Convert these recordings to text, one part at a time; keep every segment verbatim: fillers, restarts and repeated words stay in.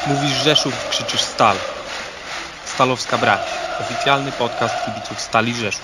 Mówisz Rzeszów, krzyczysz Stal. Stalowska Brać. Oficjalny podcast kibiców Stali Rzeszów.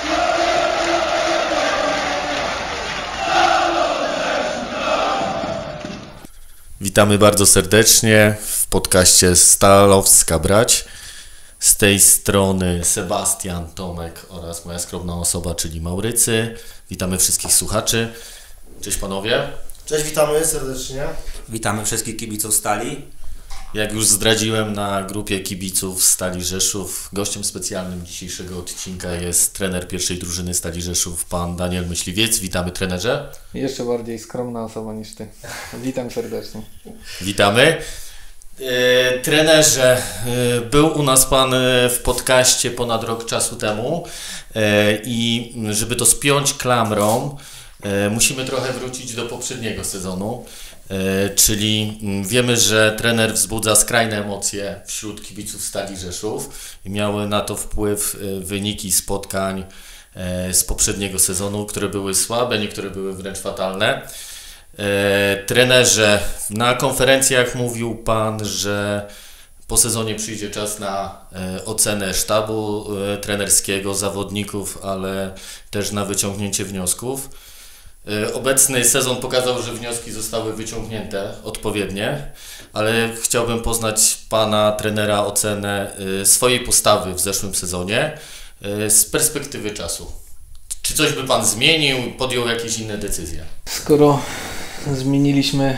Witamy bardzo serdecznie w podcaście Stalowska Brać. Z tej strony Sebastian, Tomek oraz moja skromna osoba, czyli Maurycy. Witamy wszystkich słuchaczy. Cześć panowie. Cześć, witamy serdecznie. Witamy wszystkich kibiców Stali. Jak już zdradziłem na grupie kibiców Stali Rzeszów, gościem specjalnym dzisiejszego odcinka jest trener pierwszej drużyny Stali Rzeszów, pan Daniel Myśliwiec. Witamy trenerze. Jeszcze bardziej skromna osoba niż ty. Witam serdecznie. Witamy. E, trenerze, e, był u nas pan w podcaście ponad rok czasu temu e, i żeby to spiąć klamrą, e, musimy trochę wrócić do poprzedniego sezonu. Czyli wiemy, że trener wzbudza skrajne emocje wśród kibiców Stali Rzeszów i miały na to wpływ wyniki spotkań z poprzedniego sezonu, które były słabe, niektóre były wręcz fatalne. Trenerze, na konferencjach mówił pan, że po sezonie przyjdzie czas na ocenę sztabu trenerskiego, zawodników, ale też na wyciągnięcie wniosków. Obecny sezon pokazał, że wnioski zostały wyciągnięte odpowiednie, ale chciałbym poznać pana trenera ocenę swojej postawy w zeszłym sezonie z perspektywy czasu. Czy coś by pan zmienił, podjął jakieś inne decyzje? Skoro zmieniliśmy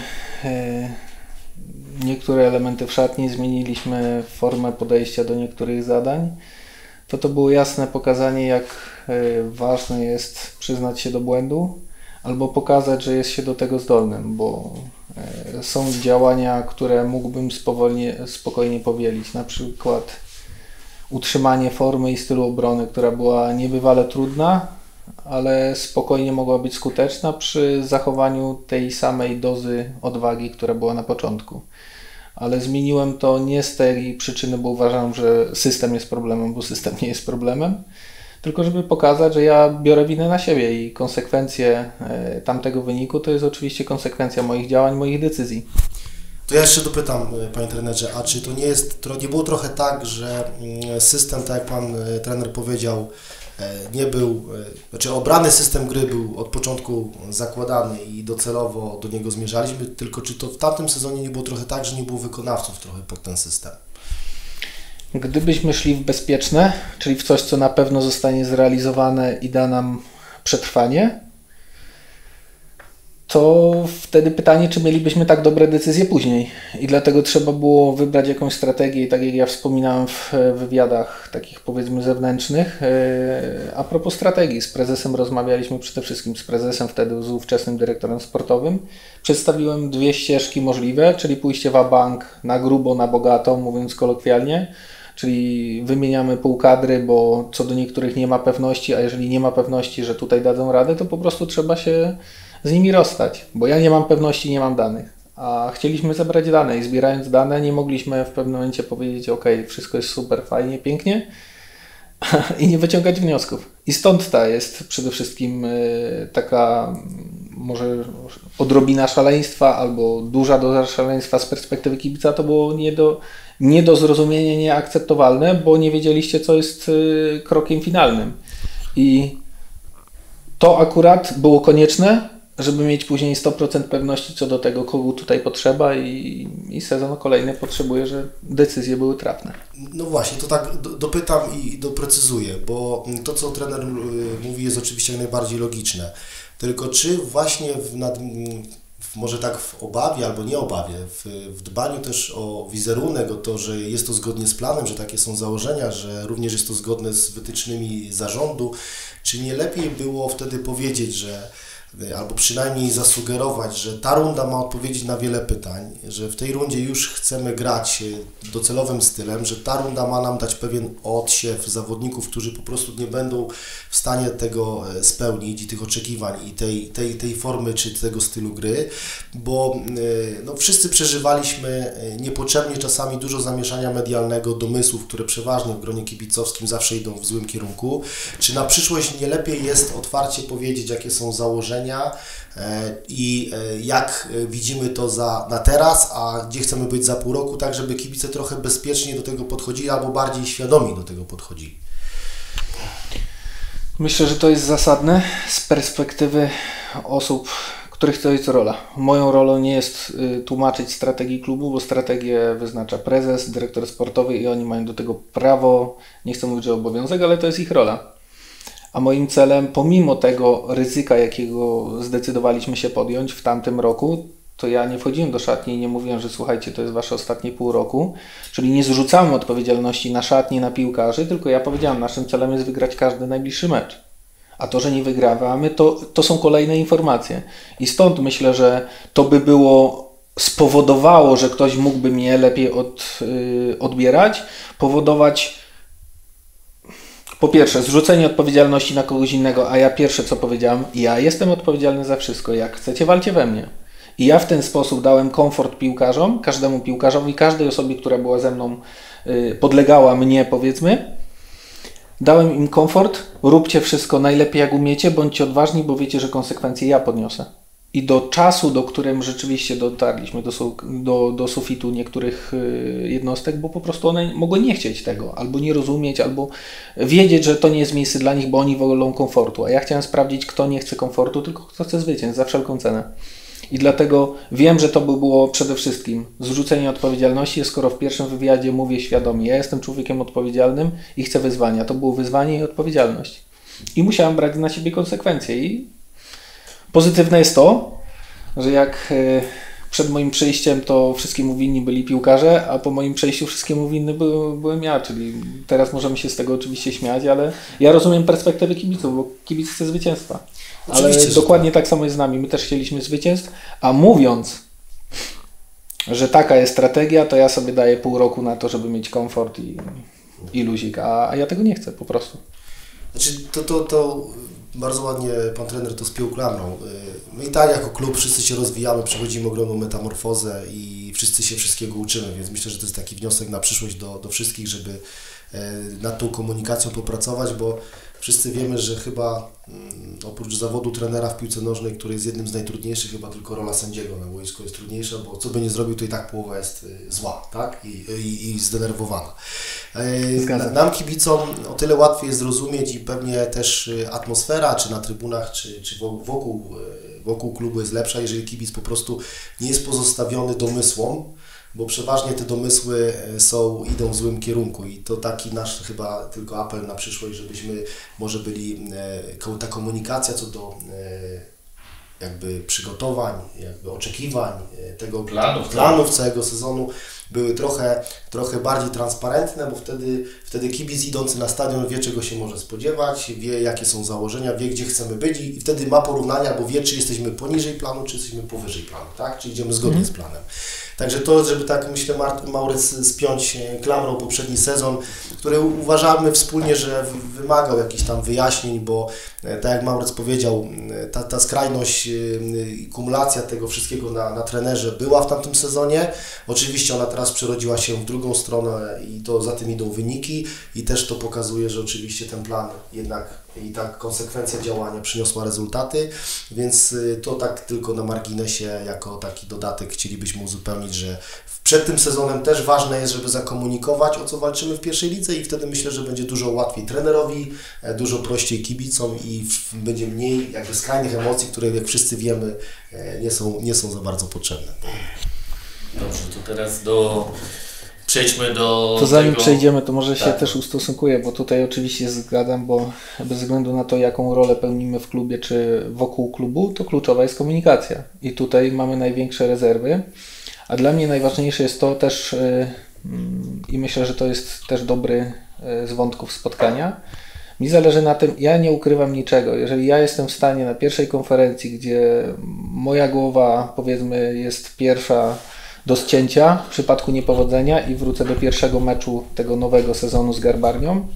niektóre elementy w szatni, zmieniliśmy formę podejścia do niektórych zadań, to to było jasne pokazanie, jak ważne jest przyznać się do błędu, albo pokazać, że jest się do tego zdolnym, bo e, są działania, które mógłbym spowolnie, spokojnie powielić. Na przykład utrzymanie formy i stylu obrony, która była niebywale trudna, ale spokojnie mogła być skuteczna przy zachowaniu tej samej dozy odwagi, która była na początku. Ale zmieniłem to nie z tej przyczyny, bo uważam, że system jest problemem, bo system nie jest problemem, tylko żeby pokazać, że ja biorę winę na siebie i konsekwencje tamtego wyniku to jest oczywiście konsekwencja moich działań, moich decyzji. To ja jeszcze dopytam, panie trenerze, a czy to nie jest, to nie było trochę tak, że system, tak jak pan trener powiedział, nie był, znaczy obrany system gry był od początku zakładany i docelowo do niego zmierzaliśmy, tylko czy to w tamtym sezonie nie było trochę tak, że nie było wykonawców trochę pod ten system? Gdybyśmy szli w bezpieczne, czyli w coś, co na pewno zostanie zrealizowane i da nam przetrwanie, to wtedy pytanie, czy mielibyśmy tak dobre decyzje później. I dlatego trzeba było wybrać jakąś strategię i tak jak ja wspominałem w wywiadach takich powiedzmy zewnętrznych. A propos strategii, z prezesem rozmawialiśmy przede wszystkim, z prezesem wtedy, z ówczesnym dyrektorem sportowym. Przedstawiłem dwie ścieżki możliwe, czyli pójście w bank na grubo, na bogato, mówiąc kolokwialnie. Czyli wymieniamy pół kadry, bo co do niektórych nie ma pewności, a jeżeli nie ma pewności, że tutaj dadzą radę, to po prostu trzeba się z nimi rozstać, bo ja nie mam pewności, nie mam danych, a chcieliśmy zebrać dane i zbierając dane nie mogliśmy w pewnym momencie powiedzieć, ok, wszystko jest super, fajnie, pięknie i nie wyciągać wniosków. I stąd ta jest przede wszystkim taka może odrobina szaleństwa albo duża doza szaleństwa z perspektywy kibica, to było nie do, nie do zrozumienia, nieakceptowalne, bo nie wiedzieliście, co jest krokiem finalnym. I to akurat było konieczne, żeby mieć później sto procent pewności co do tego, kogo tutaj potrzeba i, i sezon kolejny potrzebuje, że decyzje były trafne. No właśnie, to tak do, dopytam i doprecyzuję, bo to, co trener mówi, jest oczywiście jak najbardziej logiczne. Tylko czy właśnie w, nad, w może tak w obawie albo nie obawie, w, w dbaniu też o wizerunek, o to, że jest to zgodnie z planem, że takie są założenia, że również jest to zgodne z wytycznymi zarządu, czy nie lepiej było wtedy powiedzieć, że albo przynajmniej zasugerować, że ta runda ma odpowiedzieć na wiele pytań, że w tej rundzie już chcemy grać docelowym stylem, że ta runda ma nam dać pewien odsiew zawodników, którzy po prostu nie będą w stanie tego spełnić i tych oczekiwań i tej, tej, tej formy czy tego stylu gry, bo no, wszyscy przeżywaliśmy niepotrzebnie czasami dużo zamieszania medialnego, domysłów, które przeważnie w gronie kibicowskim zawsze idą w złym kierunku. Czy na przyszłość nie lepiej jest otwarcie powiedzieć, jakie są założenia, doświadczenia i jak widzimy to za, na teraz, a gdzie chcemy być za pół roku, tak żeby kibice trochę bezpiecznie do tego podchodzili albo bardziej świadomi do tego podchodzili. Myślę, że to jest zasadne z perspektywy osób, których to jest rola. Moją rolą nie jest tłumaczyć strategii klubu, bo strategię wyznacza prezes, dyrektor sportowy i oni mają do tego prawo, nie chcę mówić, że obowiązek, ale to jest ich rola. A moim celem, pomimo tego ryzyka, jakiego zdecydowaliśmy się podjąć w tamtym roku, to ja nie wchodziłem do szatni i nie mówiłem, że słuchajcie, to jest wasze ostatnie pół roku, czyli nie zrzucamy odpowiedzialności na szatni, na piłkarzy, tylko ja powiedziałem, naszym celem jest wygrać każdy najbliższy mecz. A to, że nie wygrywamy, to, to są kolejne informacje. I stąd myślę, że to by było, spowodowało, że ktoś mógłby mnie lepiej od, yy, odbierać, powodować po pierwsze zrzucenie odpowiedzialności na kogoś innego, a ja pierwsze co powiedziałem, ja jestem odpowiedzialny za wszystko, jak chcecie, walcie we mnie. I ja w ten sposób dałem komfort piłkarzom, każdemu piłkarzowi, każdej osobie, która była ze mną, yy, podlegała mnie powiedzmy, dałem im komfort, róbcie wszystko najlepiej jak umiecie, bądźcie odważni, bo wiecie, że konsekwencje ja podniosę. I do czasu, do którym rzeczywiście dotarliśmy do, do, do sufitu niektórych jednostek, bo po prostu one mogły nie chcieć tego, albo nie rozumieć, albo wiedzieć, że to nie jest miejsce dla nich, bo oni wolą komfortu. A ja chciałem sprawdzić, kto nie chce komfortu, tylko kto chce zwycięstw za wszelką cenę. I dlatego wiem, że to by było przede wszystkim zrzucenie odpowiedzialności, skoro w pierwszym wywiadzie mówię świadomie, ja jestem człowiekiem odpowiedzialnym i chcę wyzwania. To było wyzwanie i odpowiedzialność. I musiałem brać na siebie konsekwencje. I pozytywne jest to, że jak przed moim przyjściem to wszystkiemu winni byli piłkarze, a po moim przejściu wszystkiemu winny by, byłem ja, czyli teraz możemy się z tego oczywiście śmiać, ale ja rozumiem perspektywy kibiców, bo kibic chce zwycięstwa. Ale dokładnie tak samo jest z nami. My też chcieliśmy zwycięstw, a mówiąc, że taka jest strategia, to ja sobie daję pół roku na to, żeby mieć komfort i, i luzik, a, a ja tego nie chcę po prostu. Znaczy to, to, to bardzo ładnie pan trener to spiął klamrą. My i tak jako klub wszyscy się rozwijamy, przechodzimy ogromną metamorfozę i wszyscy się wszystkiego uczymy, więc myślę, że to jest taki wniosek na przyszłość do, do wszystkich, żeby nad tą komunikacją popracować, bo wszyscy wiemy, że chyba mm, oprócz zawodu trenera w piłce nożnej, który jest jednym z najtrudniejszych, chyba tylko rola sędziego na boisku jest trudniejsza, bo co by nie zrobił, to i tak połowa jest y, zła, tak? I, i, i zdenerwowana. Y, nam kibicom o tyle łatwiej jest zrozumieć i pewnie też y, atmosfera, czy na trybunach, czy, czy wokół, y, wokół klubu jest lepsza, jeżeli kibic po prostu nie jest pozostawiony domysłom, bo przeważnie te domysły są, idą w złym kierunku i to taki nasz chyba tylko apel na przyszłość, żebyśmy może byli, ta komunikacja co do jakby przygotowań, jakby oczekiwań tego planów, planów całego sezonu były trochę, trochę bardziej transparentne, bo wtedy, wtedy kibic idący na stadion wie, czego się może spodziewać, wie, jakie są założenia, wie, gdzie chcemy być i wtedy ma porównania, bo wie, czy jesteśmy poniżej planu, czy jesteśmy powyżej planu, tak? Czy idziemy zgodnie mm. z planem. Także to, żeby tak, myślę, Mauryc spiąć klamrą poprzedni sezon, który uważamy wspólnie, że wymagał jakichś tam wyjaśnień, bo tak jak Mauryc powiedział, ta, ta skrajność i kumulacja tego wszystkiego na, na trenerze była w tamtym sezonie. Oczywiście ona teraz przerodziła się w drugą stronę i to za tym idą wyniki i też to pokazuje, że oczywiście ten plan jednak i tak konsekwencja działania przyniosła rezultaty, więc to tak tylko na marginesie jako taki dodatek chcielibyśmy uzupełnić, że przed tym sezonem też ważne jest, żeby zakomunikować, o co walczymy w pierwszej lidze i wtedy myślę, że będzie dużo łatwiej trenerowi, dużo prościej kibicom i będzie mniej jakby skrajnych emocji, które jak wszyscy wiemy nie są, nie są za bardzo potrzebne. Dobrze, to teraz do... Przejdźmy do To zanim tego... przejdziemy, to może tak. się też ustosunkuję, bo tutaj oczywiście zgadzam, bo bez względu na to, jaką rolę pełnimy w klubie czy wokół klubu, to kluczowa jest komunikacja. I tutaj mamy największe rezerwy. A dla mnie najważniejsze jest to też, yy, i myślę, że to jest też dobry yy, z wątków spotkania, mi zależy na tym, ja nie ukrywam niczego. Jeżeli ja jestem w stanie na pierwszej konferencji, gdzie moja głowa powiedzmy jest pierwsza do zcięcia w przypadku niepowodzenia i wrócę do pierwszego meczu tego nowego sezonu z Garbarnią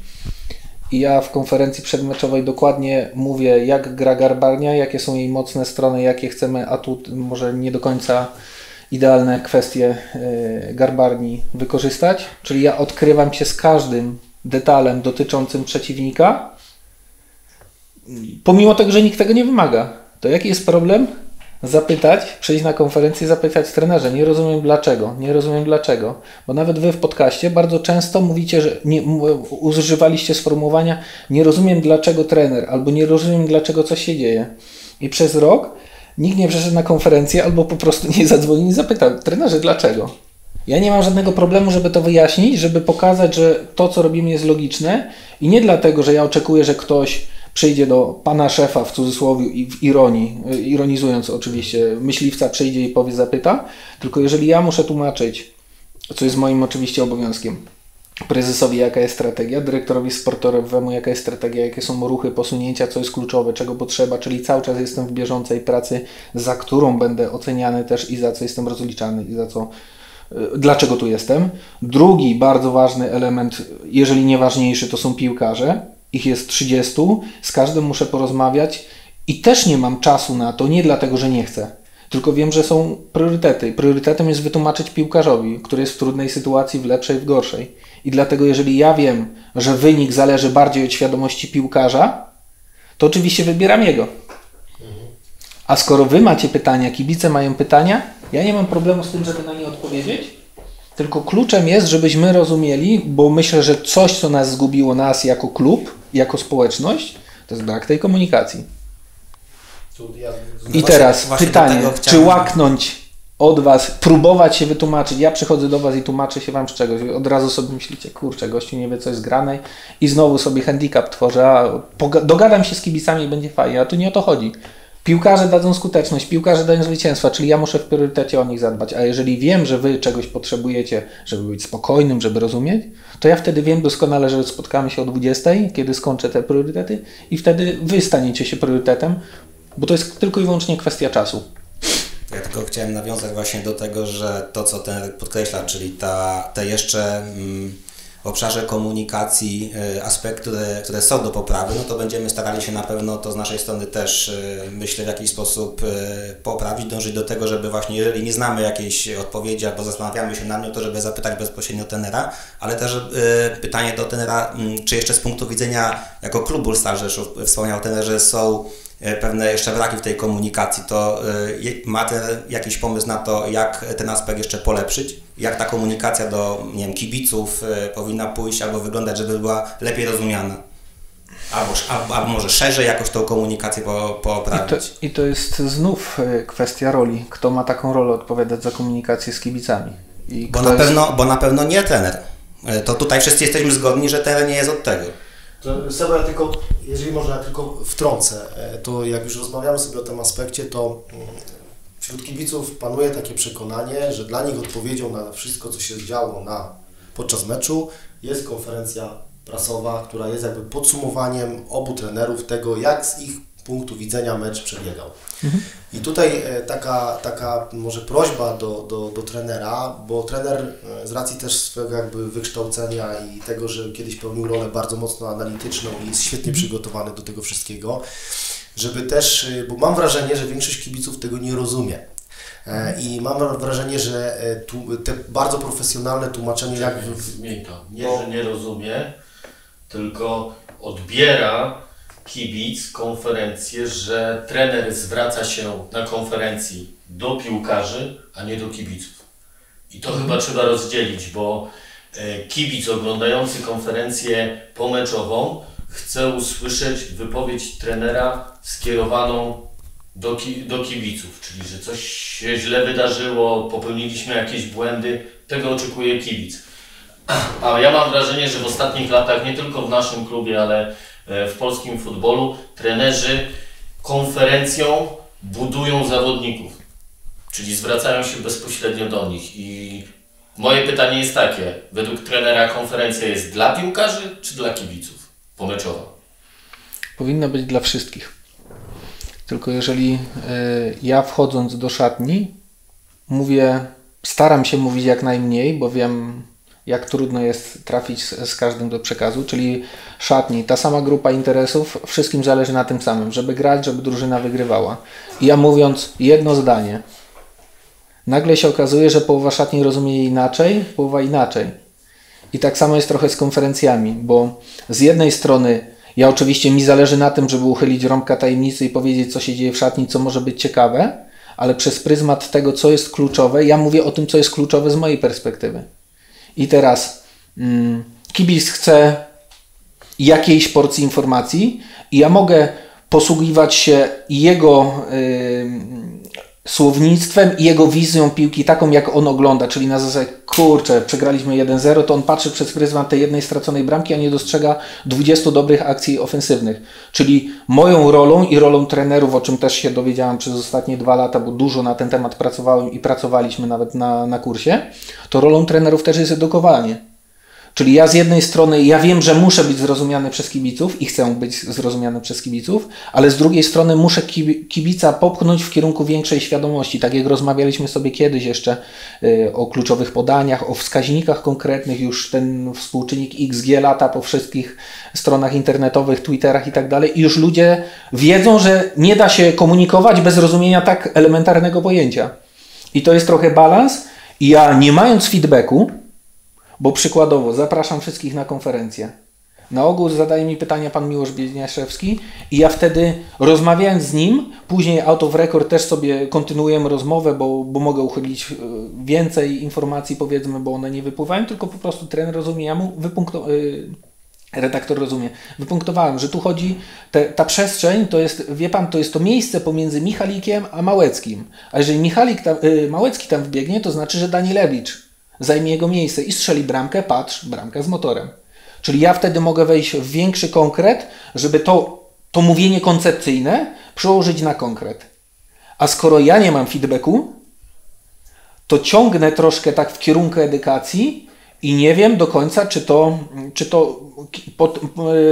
i ja w konferencji przedmeczowej dokładnie mówię, jak gra Garbarnia, jakie są jej mocne strony, jakie chcemy, a tu może nie do końca idealne kwestie Garbarni wykorzystać, czyli ja odkrywam się z każdym detalem dotyczącym przeciwnika, pomimo tego, że nikt tego nie wymaga. to jaki jest problem? Zapytać, przyjść na konferencję i zapytać trenerze, nie rozumiem dlaczego, nie rozumiem dlaczego, bo nawet wy w podcaście bardzo często mówicie, że nie, używaliście sformułowania nie rozumiem dlaczego trener, albo nie rozumiem dlaczego coś się dzieje. I przez rok nikt nie przyszedł na konferencję albo po prostu nie zadzwonił i zapytał, trenerze dlaczego? Ja nie mam żadnego problemu, żeby to wyjaśnić, żeby pokazać, że to co robimy jest logiczne i nie dlatego, że ja oczekuję, że ktoś przyjdzie do pana szefa w cudzysłowie i w ironii, ironizując oczywiście, myśliwca przyjdzie i powie, zapyta, tylko jeżeli ja muszę tłumaczyć, co jest moim oczywiście obowiązkiem, prezesowi jaka jest strategia, dyrektorowi sportowemu jaka jest strategia, jakie są ruchy, posunięcia, co jest kluczowe, czego potrzeba, czyli cały czas jestem w bieżącej pracy, za którą będę oceniany też i za co jestem rozliczany i za co, dlaczego tu jestem. Drugi bardzo ważny element, jeżeli nie ważniejszy, to są piłkarze. Ich jest trzydziestu, z każdym muszę porozmawiać i też nie mam czasu na to, nie dlatego, że nie chcę, tylko wiem, że są priorytety. Priorytetem jest wytłumaczyć piłkarzowi, który jest w trudnej sytuacji, w lepszej, w gorszej. I dlatego, jeżeli ja wiem, że wynik zależy bardziej od świadomości piłkarza, to oczywiście wybieram jego. A skoro wy macie pytania, kibice mają pytania, ja nie mam problemu z tym, żeby na nie odpowiedzieć. Tylko kluczem jest, żebyśmy rozumieli, bo myślę, że coś, co nas zgubiło, nas jako klub, jako społeczność, to jest brak tej komunikacji. I teraz właśnie pytanie, czy łaknąć od was, próbować się wytłumaczyć, ja przychodzę do was i tłumaczę się wam z czegoś, od razu sobie myślicie, kurczę, gościu nie wie co jest grane i znowu sobie handicap tworzę, a dogadam się z kibicami i będzie fajnie, a tu nie o to chodzi. Piłkarze dadzą skuteczność, piłkarze dają zwycięstwa, czyli ja muszę w priorytecie o nich zadbać, a jeżeli wiem, że wy czegoś potrzebujecie, żeby być spokojnym, żeby rozumieć, to ja wtedy wiem doskonale, że spotkamy się o dwudziestej, kiedy skończę te priorytety i wtedy wy staniecie się priorytetem, bo to jest tylko i wyłącznie kwestia czasu. Ja tylko chciałem nawiązać właśnie do tego, że to, co ten podkreśla, czyli ta, te jeszcze mm, w obszarze komunikacji y, aspekty, które, które są do poprawy, no to będziemy starali się na pewno to z naszej strony też, y, myślę, w jakiś sposób y, poprawić, dążyć do tego, żeby właśnie, jeżeli nie znamy jakiejś odpowiedzi albo zastanawiamy się nad nią, to żeby zapytać bezpośrednio trenera, ale też y, pytanie do trenera, y, czy jeszcze z punktu widzenia jako klubu Stal Rzeszów, wspomniał trener, że są pewne jeszcze braki w tej komunikacji, to y, ma ten jakiś pomysł na to, jak ten aspekt jeszcze polepszyć? Jak ta komunikacja do, nie wiem, kibiców y, powinna pójść albo wyglądać, żeby była lepiej rozumiana? Albo, albo, albo może szerzej jakoś tą komunikację po, poprawić? I to, I to jest znów kwestia roli. Kto ma taką rolę odpowiadać za komunikację z kibicami? I bo, na jest... pewno, bo na pewno nie trener. To tutaj wszyscy jesteśmy zgodni, że trener nie jest od tego. To Seba, ja tylko, jeżeli można, ja tylko wtrącę, to jak już rozmawiamy sobie o tym aspekcie, to wśród kibiców panuje takie przekonanie, że dla nich odpowiedzią na wszystko, co się działo na, podczas meczu, jest konferencja prasowa, która jest jakby podsumowaniem obu trenerów tego, jak z ich punktu widzenia mecz przebiegał. Mhm. I tutaj taka, taka może prośba do, do, do trenera, bo trener z racji też swojego jakby wykształcenia i tego, że kiedyś pełnił rolę bardzo mocno analityczną i jest świetnie przygotowany do tego wszystkiego, żeby też, bo mam wrażenie, że większość kibiców tego nie rozumie. I mam wrażenie, że tu, te bardzo profesjonalne tłumaczenie, jak... Zmień to. Nie, bo... że nie rozumie, tylko odbiera kibic konferencję, że trener zwraca się na konferencji do piłkarzy, a nie do kibiców. I to mhm. chyba trzeba rozdzielić, bo kibic oglądający konferencję pomeczową chce usłyszeć wypowiedź trenera skierowaną do, ki- do kibiców, czyli że coś się źle wydarzyło, popełniliśmy jakieś błędy, tego oczekuje kibic. A ja mam wrażenie, że w ostatnich latach, nie tylko w naszym klubie, ale w polskim futbolu, trenerzy konferencją budują zawodników, czyli zwracają się bezpośrednio do nich. I moje pytanie jest takie, według trenera konferencja jest dla piłkarzy czy dla kibiców pomeczowa? Powinna być dla wszystkich. Tylko jeżeli y, ja wchodząc do szatni mówię, staram się mówić jak najmniej, bo wiem jak trudno jest trafić z, z każdym do przekazu, czyli szatni, ta sama grupa interesów, wszystkim zależy na tym samym, żeby grać, żeby drużyna wygrywała. I ja mówiąc jedno zdanie, nagle się okazuje, że połowa szatni rozumie inaczej, połowa inaczej. I tak samo jest trochę z konferencjami, bo z jednej strony Ja oczywiście mi zależy na tym, żeby uchylić rąbka tajemnicy i powiedzieć, co się dzieje w szatni, co może być ciekawe, ale przez pryzmat tego, co jest kluczowe, ja mówię o tym, co jest kluczowe z mojej perspektywy. I teraz mm, kibic chce jakiejś porcji informacji i ja mogę posługiwać się jego yy, słownictwem i jego wizją piłki taką, jak on ogląda, czyli na zasadzie, kurczę, przegraliśmy jeden zero, to on patrzy przez pryzmat tej jednej straconej bramki, a nie dostrzega dwudziestu dobrych akcji ofensywnych. Czyli moją rolą i rolą trenerów, o czym też się dowiedziałem przez ostatnie dwa lata, bo dużo na ten temat pracowałem i pracowaliśmy nawet na, na kursie, to rolą trenerów też jest edukowanie. Czyli ja z jednej strony, ja wiem, że muszę być zrozumiany przez kibiców i chcę być zrozumiany przez kibiców, ale z drugiej strony muszę kibica popchnąć w kierunku większej świadomości. Tak jak rozmawialiśmy sobie kiedyś jeszcze y, o kluczowych podaniach, o wskaźnikach konkretnych, już ten współczynnik X G lata po wszystkich stronach internetowych, Twitterach i tak dalej. I już ludzie wiedzą, że nie da się komunikować bez rozumienia tak elementarnego pojęcia. I to jest trochę balans. I ja, nie mając feedbacku, bo przykładowo zapraszam wszystkich na konferencję. Na ogół zadaje mi pytania pan Miłosz Bieniaszewski i ja wtedy rozmawiając z nim, później out of record też sobie kontynuujemy rozmowę, bo, bo mogę uchylić więcej informacji, powiedzmy, bo one nie wypływają, tylko po prostu trener rozumie, ja mu wypunkto, yy, redaktor rozumie. Wypunktowałem, że tu chodzi, te, ta przestrzeń to jest, wie pan, to jest to miejsce pomiędzy Michalikiem a Małeckim. A jeżeli Michalik tam, yy, Małecki tam wbiegnie, to znaczy, że Danielewicz zajmie jego miejsce i strzeli bramkę, patrz, bramka z motorem. Czyli ja wtedy mogę wejść w większy konkret, żeby to, to mówienie koncepcyjne przełożyć na konkret. A skoro ja nie mam feedbacku, to ciągnę troszkę tak w kierunku edukacji i nie wiem do końca, czy to, czy to pod,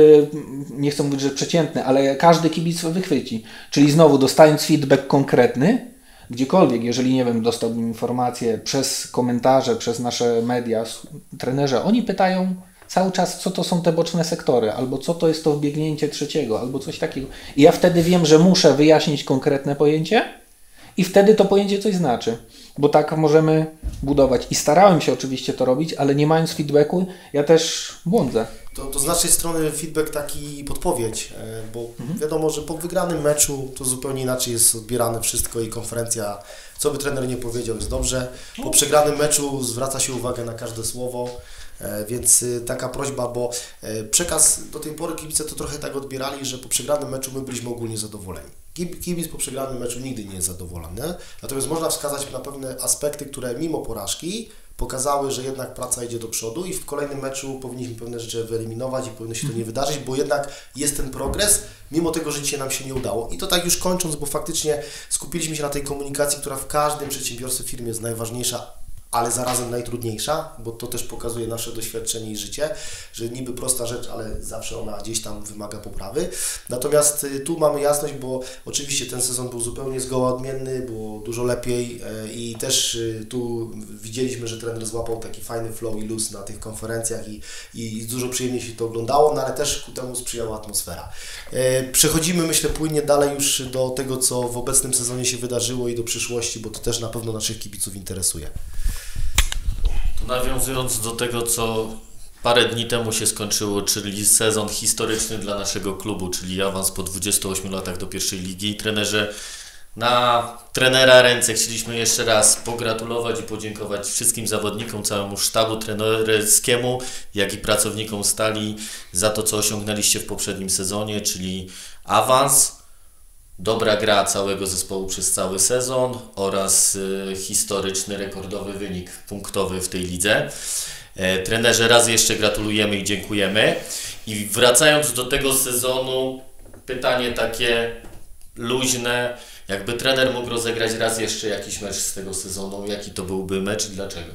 nie chcę mówić, że przeciętny, ale każdy kibic wychwyci. Czyli znowu dostając feedback konkretny, gdziekolwiek, jeżeli, nie wiem, dostałbym informację przez komentarze, przez nasze media, trenerzy, oni pytają cały czas, co to są te boczne sektory, albo co to jest to wbiegnięcie trzeciego, albo coś takiego. I ja wtedy wiem, że muszę wyjaśnić konkretne pojęcie i wtedy to pojęcie coś znaczy, bo tak możemy budować. I starałem się oczywiście to robić, ale nie mając feedbacku, ja też błądzę. To, to z naszej strony feedback taki podpowiedź, bo mhm. wiadomo, że po wygranym meczu to zupełnie inaczej jest odbierane wszystko i konferencja, co by trener nie powiedział, jest dobrze. Po przegranym meczu zwraca się uwagę na każde słowo, więc taka prośba, bo przekaz do tej pory kibice to trochę tak odbierali, że po przegranym meczu my byliśmy ogólnie zadowoleni. Kibic po przegranym meczu nigdy nie jest zadowolony, natomiast można wskazać na pewne aspekty, które mimo porażki pokazały, że jednak praca idzie do przodu i w kolejnym meczu powinniśmy pewne rzeczy wyeliminować i powinno się to nie wydarzyć, bo jednak jest ten progres, mimo tego, że dzisiaj nam się nie udało. I to tak już kończąc, bo faktycznie skupiliśmy się na tej komunikacji, która w każdym przedsiębiorstwie, firmie jest najważniejsza, ale zarazem najtrudniejsza, bo to też pokazuje nasze doświadczenie i życie, że niby prosta rzecz, ale zawsze ona gdzieś tam wymaga poprawy. Natomiast tu mamy jasność, bo oczywiście ten sezon był zupełnie zgoła odmienny, było dużo lepiej i też tu widzieliśmy, że trener złapał taki fajny flow i luz na tych konferencjach i, i dużo przyjemniej się to oglądało, no ale też ku temu sprzyjała atmosfera. Przechodzimy, myślę, płynnie dalej już do tego, co w obecnym sezonie się wydarzyło i do przyszłości, bo to też na pewno naszych kibiców interesuje. Nawiązując do tego, co parę dni temu się skończyło, czyli sezon historyczny dla naszego klubu, czyli awans po dwudziestu ośmiu latach do pierwszej ligi. Trenerze, na trenera ręce chcieliśmy jeszcze raz pogratulować i podziękować wszystkim zawodnikom, całemu sztabu trenerskiemu, jak i pracownikom Stali za to, co osiągnęliście w poprzednim sezonie, czyli awans, dobra gra całego zespołu przez cały sezon oraz y, historyczny, rekordowy wynik punktowy w tej lidze. E, trenerze, raz jeszcze gratulujemy i dziękujemy. I wracając do tego sezonu, pytanie takie luźne. Jakby trener mógł rozegrać raz jeszcze jakiś mecz z tego sezonu, jaki to byłby mecz i dlaczego?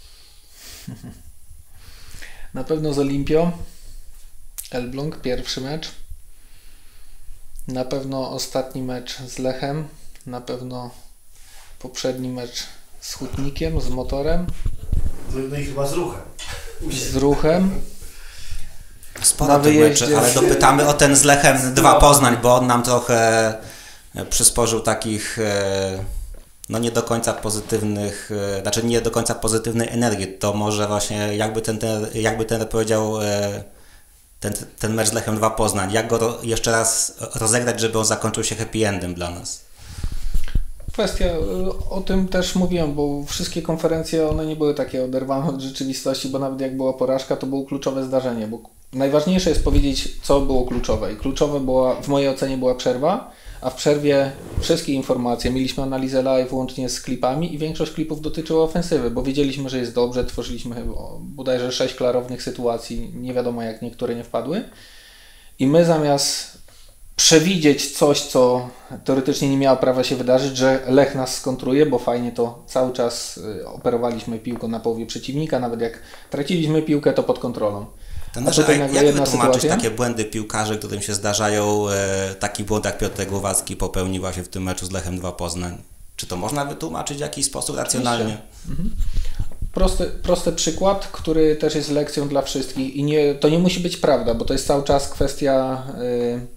Na pewno z Olimpią. Elbląg, pierwszy mecz. Na pewno ostatni mecz z Lechem, na pewno poprzedni mecz z Hutnikiem, z Motorem. No i chyba z Ruchem. Z Ruchem. Sporo tych meczy, ale dopytamy o ten z Lechem dwa Poznań, bo on nam trochę przysporzył takich no nie do końca pozytywnych, znaczy nie do końca pozytywnej energii. To może właśnie jakby ten, jakby ten powiedział ten, ten mecz z Lechem dwa Poznań, jak go ro, jeszcze raz rozegrać, żeby on zakończył się happy endem dla nas? Kwestia, o tym też mówiłem, bo wszystkie konferencje, one nie były takie oderwane od rzeczywistości, bo nawet jak była porażka, to było kluczowe zdarzenie, bo najważniejsze jest powiedzieć, co było kluczowe i kluczowe była, w mojej ocenie była przerwa, a w przerwie wszystkie informacje, mieliśmy analizę live łącznie z klipami i większość klipów dotyczyła ofensywy, bo wiedzieliśmy, że jest dobrze, tworzyliśmy bodajże sześć klarownych sytuacji, nie wiadomo jak niektóre nie wpadły i my zamiast przewidzieć coś, co teoretycznie nie miało prawa się wydarzyć, że Lech nas skontruje, bo fajnie to cały czas operowaliśmy piłką na połowie przeciwnika, nawet jak traciliśmy piłkę, to pod kontrolą. A tutaj jak jak wytłumaczyć takie błędy piłkarzy, którym się zdarzają, e, taki błąd jak Piotr Głowacki popełnił właśnie w tym meczu z Lechem dwa Poznań? Czy to można wytłumaczyć w jakiś sposób racjonalnie? Mhm. Prosty, prosty przykład, który też jest lekcją dla wszystkich i nie, to nie musi być prawda, bo to jest cały czas kwestia y,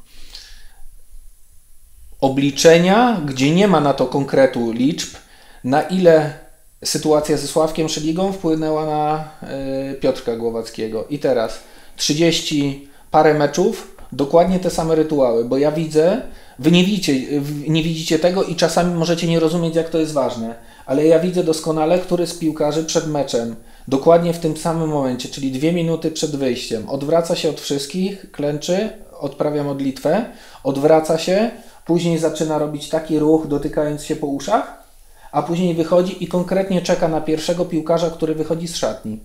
obliczenia, gdzie nie ma na to konkretu liczb, na ile sytuacja ze Sławkiem Szeligą wpłynęła na y, Piotrka Głowackiego. I teraz trzydzieści parę meczów, dokładnie te same rytuały, bo ja widzę, wy nie widzicie, nie widzicie tego i czasami możecie nie rozumieć, jak to jest ważne, ale ja widzę doskonale, który z piłkarzy przed meczem, dokładnie w tym samym momencie, czyli dwie minuty przed wyjściem, odwraca się od wszystkich, klęczy, odprawia modlitwę, odwraca się, później zaczyna robić taki ruch, dotykając się po uszach, a później wychodzi i konkretnie czeka na pierwszego piłkarza, który wychodzi z szatni.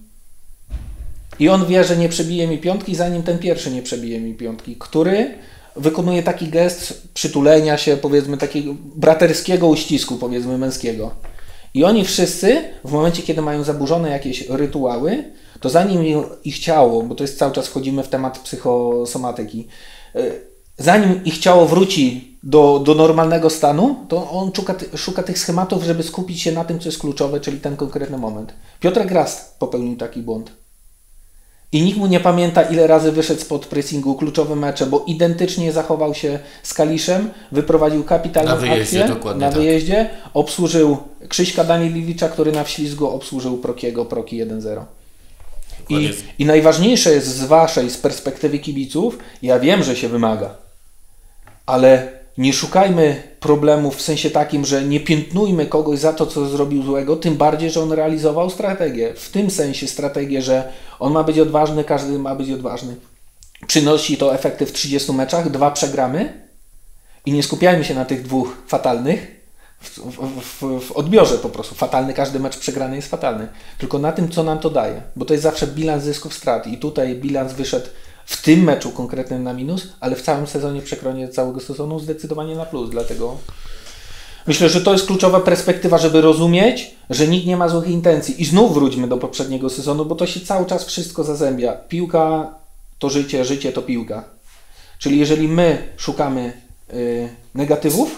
I on wie, że nie przebije mi piątki, zanim ten pierwszy nie przebije mi piątki, który wykonuje taki gest przytulenia się, powiedzmy, takiego braterskiego uścisku, powiedzmy, męskiego. I oni wszyscy, w momencie, kiedy mają zaburzone jakieś rytuały, to zanim ich ciało, bo to jest cały czas wchodzimy w temat psychosomatyki, zanim ich ciało wróci do, do normalnego stanu, to on szuka, szuka tych schematów, żeby skupić się na tym, co jest kluczowe, czyli ten konkretny moment. Piotrek Rast popełnił taki błąd. I nikt mu nie pamięta, ile razy wyszedł spod pressingu, kluczowe mecze, bo identycznie zachował się z Kaliszem, wyprowadził kapitalną na wyjeździe, akcję dokładnie na tak. wyjeździe, obsłużył Krzyśka Danilewicza, który na wślizgu obsłużył Prokiego, Proki jeden zero. I, I najważniejsze jest z waszej, z perspektywy kibiców, ja wiem, że się wymaga, ale nie szukajmy problemów w sensie takim, że nie piętnujmy kogoś za to, co zrobił złego, tym bardziej, że on realizował strategię. W tym sensie strategię, że on ma być odważny, każdy ma być odważny. Przynosi to efekty w trzydziestu meczach, dwa przegramy i nie skupiajmy się na tych dwóch fatalnych, w, w, w, w odbiorze po prostu. Fatalny, każdy mecz przegrany jest fatalny. Tylko na tym, co nam to daje. Bo to jest zawsze bilans zysków, strat i tutaj bilans wyszedł w tym meczu konkretnym na minus, ale w całym sezonie, przekronie całego sezonu zdecydowanie na plus, dlatego myślę, że to jest kluczowa perspektywa, żeby rozumieć, że nikt nie ma złych intencji i znów wróćmy do poprzedniego sezonu, bo to się cały czas wszystko zazębia. Piłka to życie, życie to piłka. Czyli jeżeli my szukamy yy, negatywów,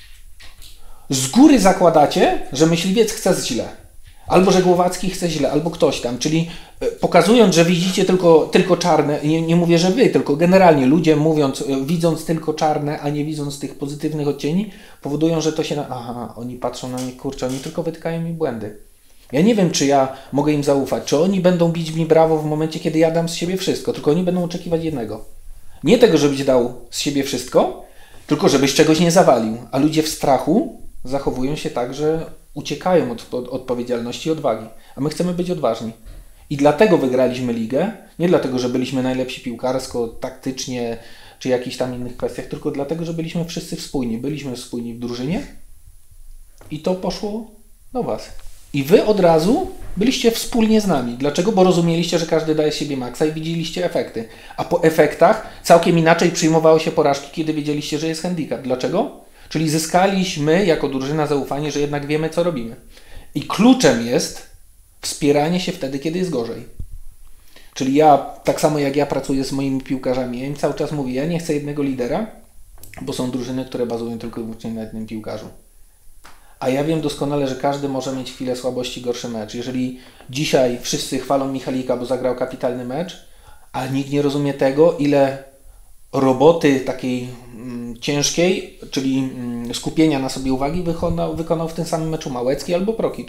z góry zakładacie, że myśliwiec chce źle. Albo że Głowacki chce źle, albo ktoś tam. Czyli pokazując, że widzicie tylko, tylko czarne, nie, nie mówię, że wy, tylko generalnie ludzie mówiąc, widząc tylko czarne, a nie widząc tych pozytywnych odcieni, powodują, że to się... Na... Aha, oni patrzą na mnie, kurczę, oni tylko wytykają mi błędy. Ja nie wiem, czy ja mogę im zaufać, czy oni będą bić mi brawo w momencie, kiedy ja dam z siebie wszystko, tylko oni będą oczekiwać jednego. Nie tego, żebyś dał z siebie wszystko, tylko żebyś czegoś nie zawalił. A ludzie w strachu zachowują się tak, że uciekają od, od odpowiedzialności i odwagi. A my chcemy być odważni. I dlatego wygraliśmy ligę. Nie dlatego, że byliśmy najlepsi piłkarsko, taktycznie, czy jakichś tam innych kwestiach, tylko dlatego, że byliśmy wszyscy wspólni. Byliśmy wspólni w drużynie i to poszło do was. I wy od razu byliście wspólnie z nami. Dlaczego? Bo rozumieliście, że każdy daje z siebie maksa i widzieliście efekty. A po efektach całkiem inaczej przyjmowało się porażki, kiedy wiedzieliście, że jest handicap. Dlaczego? Czyli zyskaliśmy jako drużyna zaufanie, że jednak wiemy, co robimy. I kluczem jest wspieranie się wtedy, kiedy jest gorzej. Czyli ja, tak samo jak ja pracuję z moimi piłkarzami, ja im cały czas mówię, ja nie chcę jednego lidera, bo są drużyny, które bazują tylko i wyłącznie na jednym piłkarzu. A ja wiem doskonale, że każdy może mieć chwilę słabości, gorszy mecz. Jeżeli dzisiaj wszyscy chwalą Michalika, bo zagrał kapitalny mecz, a nikt nie rozumie tego, ile roboty takiej mm, ciężkiej, czyli mm, skupienia na sobie uwagi wykonał, wykonał w tym samym meczu Małecki albo Prokicz.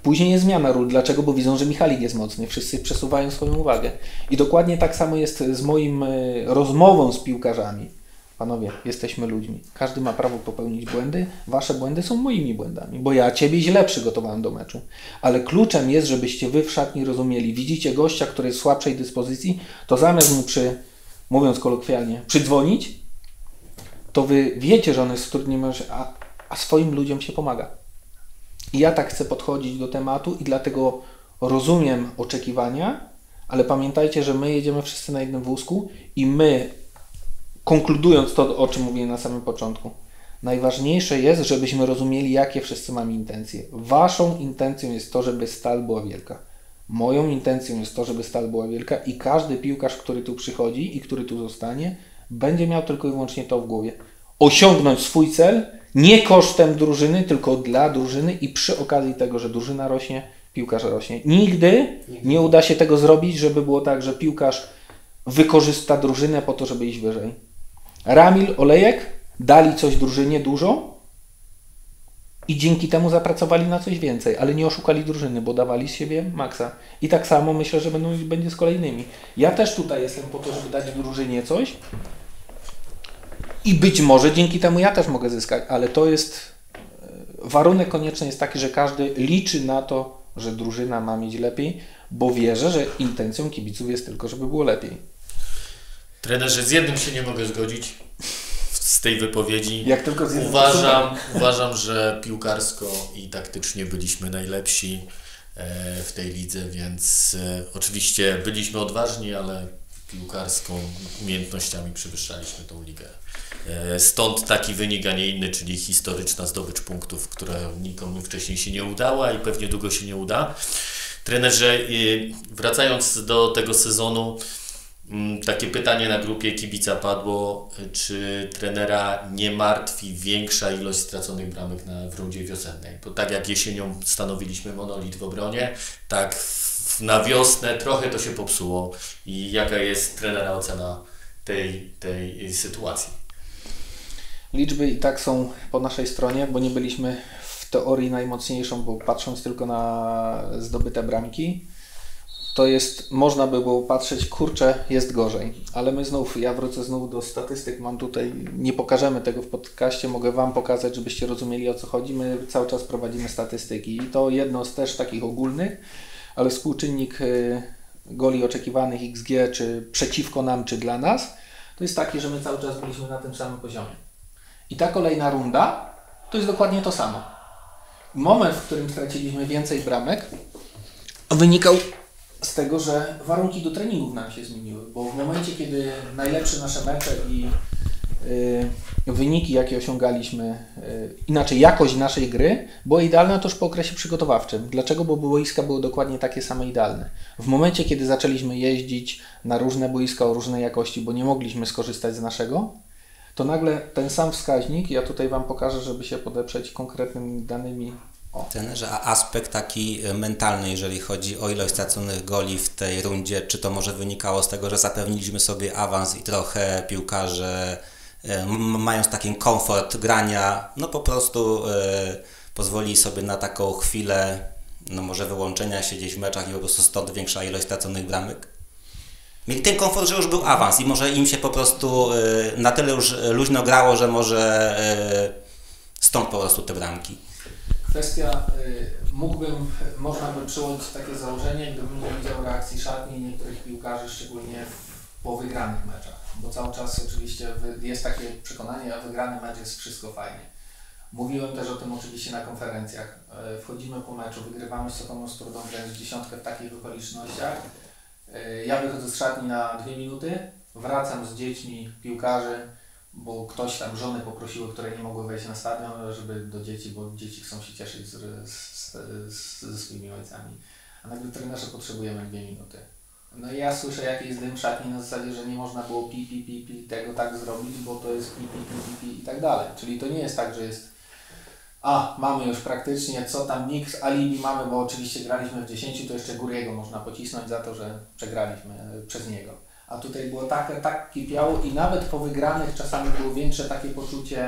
Później jest zmiana ról. Dlaczego? Bo widzą, że Michalik jest mocny. Wszyscy przesuwają swoją uwagę. I dokładnie tak samo jest z moim y, rozmową z piłkarzami. Panowie, jesteśmy ludźmi. Każdy ma prawo popełnić błędy. Wasze błędy są moimi błędami, bo ja ciebie źle przygotowałem do meczu. Ale kluczem jest, żebyście wy w szatni rozumieli. Widzicie gościa, który jest w słabszej dyspozycji, to zamiast mu przy, mówiąc kolokwialnie, przydzwonić, to wy wiecie, że on jest w trudnym, a, a swoim ludziom się pomaga. I ja tak chcę podchodzić do tematu i dlatego rozumiem oczekiwania, ale pamiętajcie, że my jedziemy wszyscy na jednym wózku i my, konkludując to, o czym mówiłem na samym początku, najważniejsze jest, żebyśmy rozumieli, jakie wszyscy mamy intencje. Waszą intencją jest to, żeby Stal była wielka. Moją intencją jest to, żeby Stal była wielka i każdy piłkarz, który tu przychodzi i który tu zostanie, będzie miał tylko i wyłącznie to w głowie. Osiągnąć swój cel nie kosztem drużyny, tylko dla drużyny i przy okazji tego, że drużyna rośnie, piłkarz rośnie. Nigdy nie uda się tego zrobić, żeby było tak, że piłkarz wykorzysta drużynę po to, żeby iść wyżej. Ramil, Olejek dali coś drużynie dużo i dzięki temu zapracowali na coś więcej, ale nie oszukali drużyny, bo dawali z siebie maksa. I tak samo myślę, że będą, będzie z kolejnymi. Ja też tutaj jestem po to, żeby dać drużynie coś i być może dzięki temu ja też mogę zyskać, ale to jest warunek konieczny jest taki, że każdy liczy na to, że drużyna ma mieć lepiej, bo wierzę, że intencją kibiców jest tylko, żeby było lepiej. Trenerze, z jednym się nie mogę zgodzić z tej wypowiedzi. Jak tylko z uważam, uważam, że piłkarsko i taktycznie byliśmy najlepsi w tej lidze, więc oczywiście byliśmy odważni, ale piłkarską umiejętnościami przewyższaliśmy tą ligę. Stąd taki wynik, a nie inny, czyli historyczna zdobycz punktów, która nikomu wcześniej się nie udała i pewnie długo się nie uda. Trenerze, wracając do tego sezonu, takie pytanie na grupie kibica padło, czy trenera nie martwi większa ilość straconych bramek na, w rundzie wiosennej? Bo tak jak jesienią stanowiliśmy monolit w obronie, tak w, na wiosnę trochę to się popsuło. I jaka jest trenera ocena tej, tej sytuacji? Liczby i tak są po naszej stronie, bo nie byliśmy w teorii najmocniejszą, bo patrząc tylko na zdobyte bramki, to jest, można by było patrzeć, kurczę, jest gorzej. Ale my znów, ja wrócę znów do statystyk, mam tutaj, nie pokażemy tego w podcaście, mogę Wam pokazać, żebyście rozumieli, o co chodzi. My cały czas prowadzimy statystyki i to jedno z też takich ogólnych, ale współczynnik goli oczekiwanych X G, czy przeciwko nam, czy dla nas, to jest taki, że my cały czas byliśmy na tym samym poziomie. I ta kolejna runda to jest dokładnie to samo. Moment, w którym straciliśmy więcej bramek, wynikał z tego, że warunki do treningów nam się zmieniły, bo w momencie, kiedy najlepsze nasze mecze i yy, wyniki, jakie osiągaliśmy, yy, inaczej jakość naszej gry była idealna tuż po okresie przygotowawczym. Dlaczego? Bo boiska były dokładnie takie same idealne. W momencie, kiedy zaczęliśmy jeździć na różne boiska o różnej jakości, bo nie mogliśmy skorzystać z naszego, to nagle ten sam wskaźnik, ja tutaj Wam pokażę, żeby się podeprzeć konkretnymi danymi. O. Trenerze, a aspekt taki mentalny, jeżeli chodzi o ilość straconych goli w tej rundzie, czy to może wynikało z tego, że zapewniliśmy sobie awans i trochę piłkarze mając taki komfort grania, no po prostu y, pozwolili sobie na taką chwilę, no może wyłączenia się gdzieś w meczach i po prostu stąd większa ilość straconych bramek? Mieli ten komfort, że już był awans i może im się po prostu y, na tyle już luźno grało, że może y, stąd po prostu te bramki. Kwestia, y, mógłbym, można by przyjąć takie założenie, gdybym nie widział reakcji szatni niektórych piłkarzy, szczególnie w, po wygranych meczach. Bo cały czas oczywiście jest takie przekonanie, a wygrany mecz jest wszystko fajnie. Mówiłem też o tym oczywiście na konferencjach. Y, wchodzimy po meczu, wygrywamy z Sotomą Strudą, grając dziesiątkę w takich okolicznościach. Y, ja wychodzę z szatni na dwie minuty, wracam z dziećmi piłkarzy, bo ktoś tam, żony poprosiły, które nie mogły wejść na stadion, żeby do dzieci, bo dzieci chcą się cieszyć z, z, z, ze swoimi ojcami. A nagle trenerze potrzebujemy dwie minuty. No i ja słyszę jakiś dym w szatni na zasadzie, że nie można było pi, pi, pi, pi tego tak zrobić, bo to jest pi, pi, pi, pi, pi i tak dalej. Czyli to nie jest tak, że jest a, mamy już praktycznie, co tam nikt, alibi mamy, bo oczywiście graliśmy w dziesięciu, to jeszcze Góriego można pocisnąć za to, że przegraliśmy przez niego. A tutaj było tak, tak kipiało i nawet po wygranych czasami było większe takie poczucie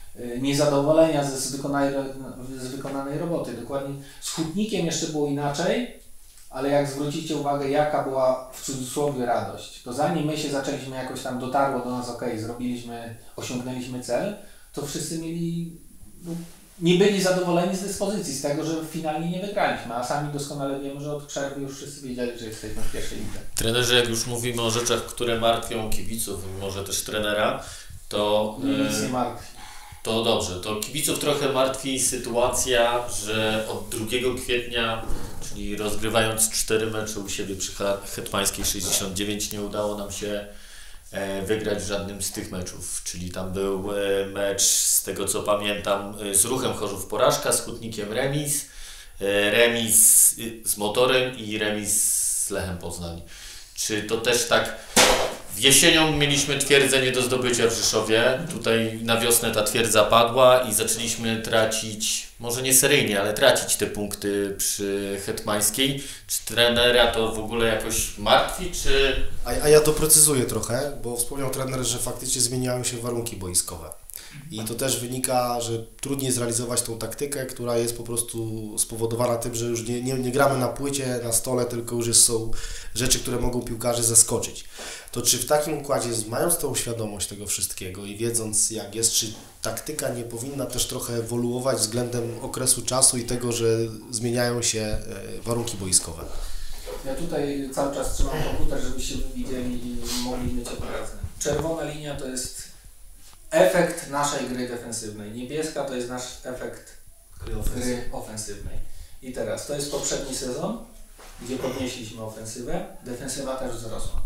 niezadowolenia z, z, wykonanej, z wykonanej roboty. Dokładnie z hutnikiem jeszcze było inaczej, ale jak zwrócicie uwagę, jaka była w cudzysłowie radość, to zanim my się zaczęliśmy jakoś tam, dotarło do nas, ok, zrobiliśmy, osiągnęliśmy cel, to wszyscy mieli, no, nie byli zadowoleni z dyspozycji, z tego, że finalnie nie wygraliśmy, a sami doskonale wiemy, że od przerwy już wszyscy wiedzieli, że jesteśmy w pierwszej lidze. Trenerzy, jak już mówimy o rzeczach, które martwią kibiców, może też trenera, to... Nic nie martwi. To dobrze, to kibiców trochę martwi sytuacja, że od drugiego kwietnia, czyli rozgrywając cztery mecze u siebie przy Hetmańskiej sześćdziesiąt dziewięć, nie udało nam się wygrać w żadnym z tych meczów. Czyli tam był mecz, z tego co pamiętam, z Ruchem Chorzów porażka, z Hutnikiem remis, remis z Motorem i remis z Lechem Poznań. Czy to też tak... Jesienią mieliśmy twierdzę nie do zdobycia w Rzeszowie, tutaj na wiosnę ta twierdza padła i zaczęliśmy tracić, może nie seryjnie, ale tracić te punkty przy Hetmańskiej. Czy trenera to w ogóle jakoś martwi, czy... A, a ja doprecyzuję trochę, bo wspomniał trener, że faktycznie zmieniają się warunki boiskowe. I to też wynika, że trudniej zrealizować tą taktykę, która jest po prostu spowodowana tym, że już nie, nie, nie gramy na płycie, na stole, tylko już jest, są rzeczy, które mogą piłkarzy zaskoczyć. To czy w takim układzie, mając tą świadomość tego wszystkiego i wiedząc jak jest, czy taktyka nie powinna też trochę ewoluować względem okresu czasu i tego, że zmieniają się warunki boiskowe? Ja tutaj cały czas trzymam komputer, żebyście widzieli i mogli mieć obrazę. Czerwona linia to jest efekt naszej gry defensywnej. Niebieska to jest nasz efekt gry ofensywnej. I teraz, to jest poprzedni sezon, gdzie podnieśliśmy ofensywę, defensywa też wzrosła.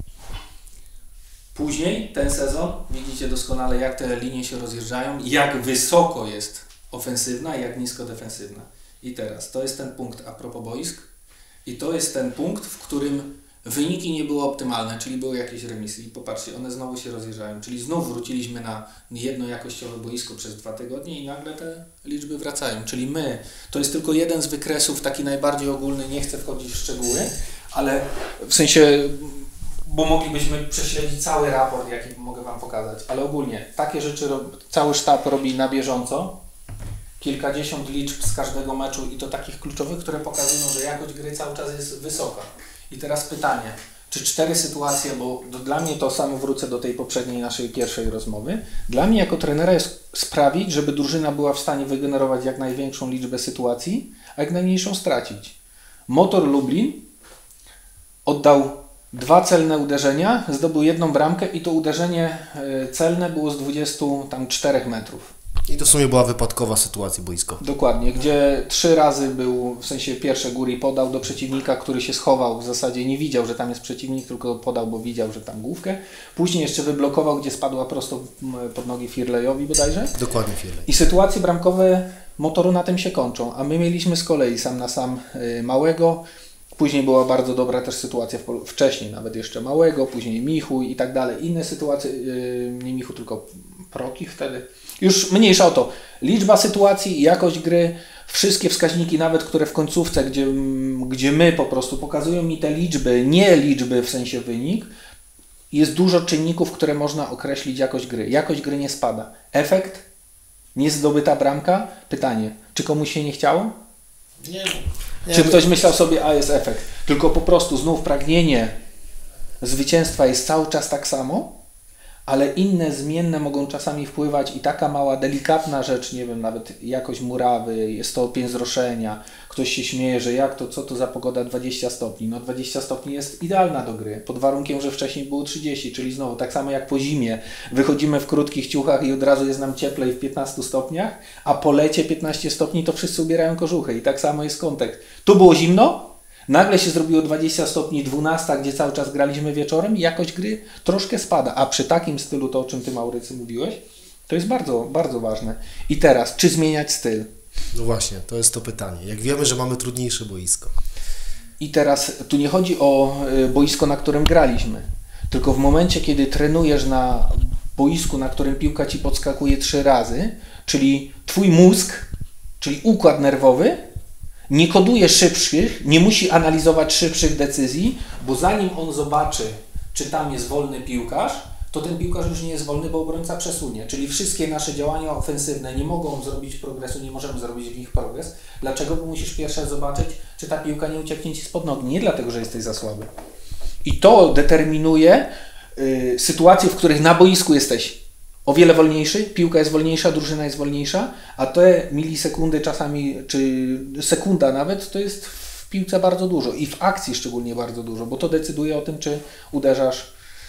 Później, ten sezon, widzicie doskonale jak te linie się rozjeżdżają, jak wysoko jest ofensywna i jak nisko defensywna. I teraz, to jest ten punkt a propos boisk i to jest ten punkt, w którym wyniki nie były optymalne, czyli były jakieś remisy. I popatrzcie, one znowu się rozjeżdżają. Czyli znów wróciliśmy na jednojakościowe boisko przez dwa tygodnie i nagle te liczby wracają. Czyli my, to jest tylko jeden z wykresów, taki najbardziej ogólny, nie chcę wchodzić w szczegóły, ale w sensie, bo moglibyśmy prześledzić cały raport, jaki mogę Wam pokazać, ale ogólnie takie rzeczy cały sztab robi na bieżąco. Kilkadziesiąt liczb z każdego meczu i to takich kluczowych, które pokazują, że jakość gry cały czas jest wysoka. I teraz pytanie, czy cztery sytuacje, bo do, dla mnie to samo wrócę do tej poprzedniej naszej pierwszej rozmowy, dla mnie jako trenera jest sprawić, żeby drużyna była w stanie wygenerować jak największą liczbę sytuacji, a jak najmniejszą stracić. Motor Lublin oddał dwa celne uderzenia, zdobył jedną bramkę i to uderzenie celne było z dwudziestu czterech metrów. I to w sumie była wypadkowa sytuacja boiskowa. Dokładnie, gdzie trzy razy był, w sensie pierwsze Guri podał do przeciwnika, który się schował, w zasadzie nie widział, że tam jest przeciwnik, tylko podał, bo widział, że tam główkę. Później jeszcze wyblokował, gdzie spadła prosto pod nogi Firlejowi bodajże. Dokładnie Firlej. I sytuacje bramkowe Motoru na tym się kończą, a my mieliśmy z kolei sam na sam y, Małego. Później była bardzo dobra też sytuacja, w, wcześniej nawet jeszcze Małego, później Michu i tak dalej. Inne sytuacje, yy, nie Michu, tylko Proki wtedy. Już mniejsza o to. Liczba sytuacji, jakość gry, wszystkie wskaźniki, nawet które w końcówce, gdzie, gdzie my po prostu pokazują mi te liczby, nie liczby w sensie wynik, jest dużo czynników, które można określić jakość gry. Jakość gry nie spada. Efekt? Niezdobyta bramka? Pytanie, czy komuś się nie chciało? Nie. Nie, czy ktoś myślał sobie, a jest efekt? Tylko po prostu znów pragnienie zwycięstwa jest cały czas tak samo, ale inne zmienne mogą czasami wpływać i taka mała, delikatna rzecz, nie wiem, nawet jakość murawy, jest stopień zroszenia, ktoś się śmieje, że jak to, co to za pogoda dwadzieścia stopni? No dwadzieścia stopni jest idealna do gry, pod warunkiem, że wcześniej było trzydzieści, czyli znowu tak samo jak po zimie, wychodzimy w krótkich ciuchach i od razu jest nam cieplej w piętnastu stopniach, a po lecie piętnaście stopni to wszyscy ubierają kożuchy i tak samo jest kontekst. Tu było zimno, nagle się zrobiło dwadzieścia stopni, dwanaście, gdzie cały czas graliśmy wieczorem i jakość gry troszkę spada. A przy takim stylu, to o czym Ty, Maurycy, mówiłeś, to jest bardzo, bardzo ważne. I teraz, czy zmieniać styl? No właśnie, to jest to pytanie. Jak wiemy, że mamy trudniejsze boisko. I teraz, tu nie chodzi o boisko, na którym graliśmy, tylko w momencie, kiedy trenujesz na boisku, na którym piłka Ci podskakuje trzy razy, czyli Twój mózg, czyli układ nerwowy, nie koduje szybszych, nie musi analizować szybszych decyzji, bo zanim on zobaczy, czy tam jest wolny piłkarz, to ten piłkarz już nie jest wolny, bo obrońca przesunie. Czyli wszystkie nasze działania ofensywne nie mogą zrobić progresu, nie możemy zrobić w nich progres. Dlaczego? Bo musisz pierwsze zobaczyć, czy ta piłka nie ucieknie Ci spod nogi. Nie dlatego, że jesteś za słaby. I to determinuje y, sytuacje, w których na boisku jesteś o wiele wolniejszy, piłka jest wolniejsza, drużyna jest wolniejsza, a te milisekundy czasami, czy sekunda nawet, to jest w piłce bardzo dużo i w akcji szczególnie bardzo dużo, bo to decyduje o tym, czy uderzasz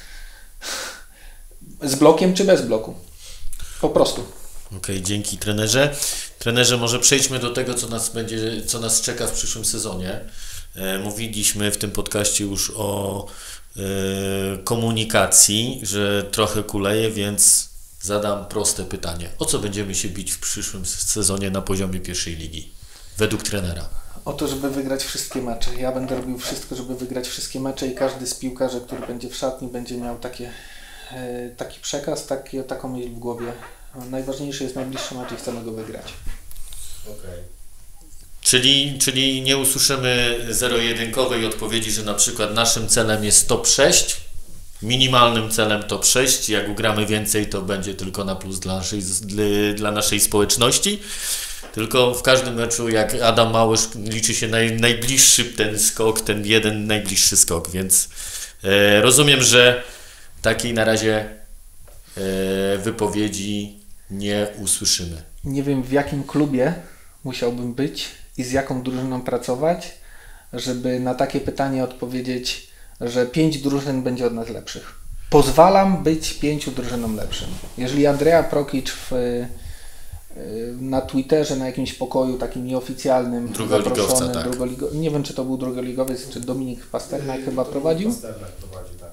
z blokiem, czy bez bloku. Po prostu. Okej, okay, dzięki trenerze. Trenerze, może przejdźmy do tego, co nas będzie, co nas czeka w przyszłym sezonie. E, mówiliśmy w tym podcaście już o e, komunikacji, że trochę kuleje, więc zadam proste pytanie. O co będziemy się bić w przyszłym sezonie na poziomie pierwszej ligi? Według trenera. O to, żeby wygrać wszystkie mecze. Ja będę robił wszystko, żeby wygrać wszystkie mecze i każdy z piłkarzy, który będzie w szatni, będzie miał takie, e, taki przekaz, taki, taką myśl w głowie. Najważniejszy jest najbliższy mecz i chcemy go wygrać. Okay. Czyli, czyli nie usłyszymy zero-jedynkowej odpowiedzi, że na przykład naszym celem jest top sześć, minimalnym celem top sześć, jak ugramy więcej, to będzie tylko na plus dla naszej, dla naszej społeczności. Tylko w każdym meczu, jak Adam Małysz, liczy się naj, najbliższy ten skok, ten jeden najbliższy skok, więc e, rozumiem, że takiej na razie e, wypowiedzi nie usłyszymy. Nie wiem, w jakim klubie musiałbym być i z jaką drużyną pracować, żeby na takie pytanie odpowiedzieć, że pięć drużyn będzie od nas lepszych. Pozwalam być pięciu drużynom lepszym. Jeżeli Andrea Prokic w, na Twitterze, na jakimś pokoju takim nieoficjalnym, drugoligowca, tak. drugoligo, nie wiem, czy to był drugoligowiec, czy Dominik Pasternak chyba prowadził. Pasternak prowadzi, tak.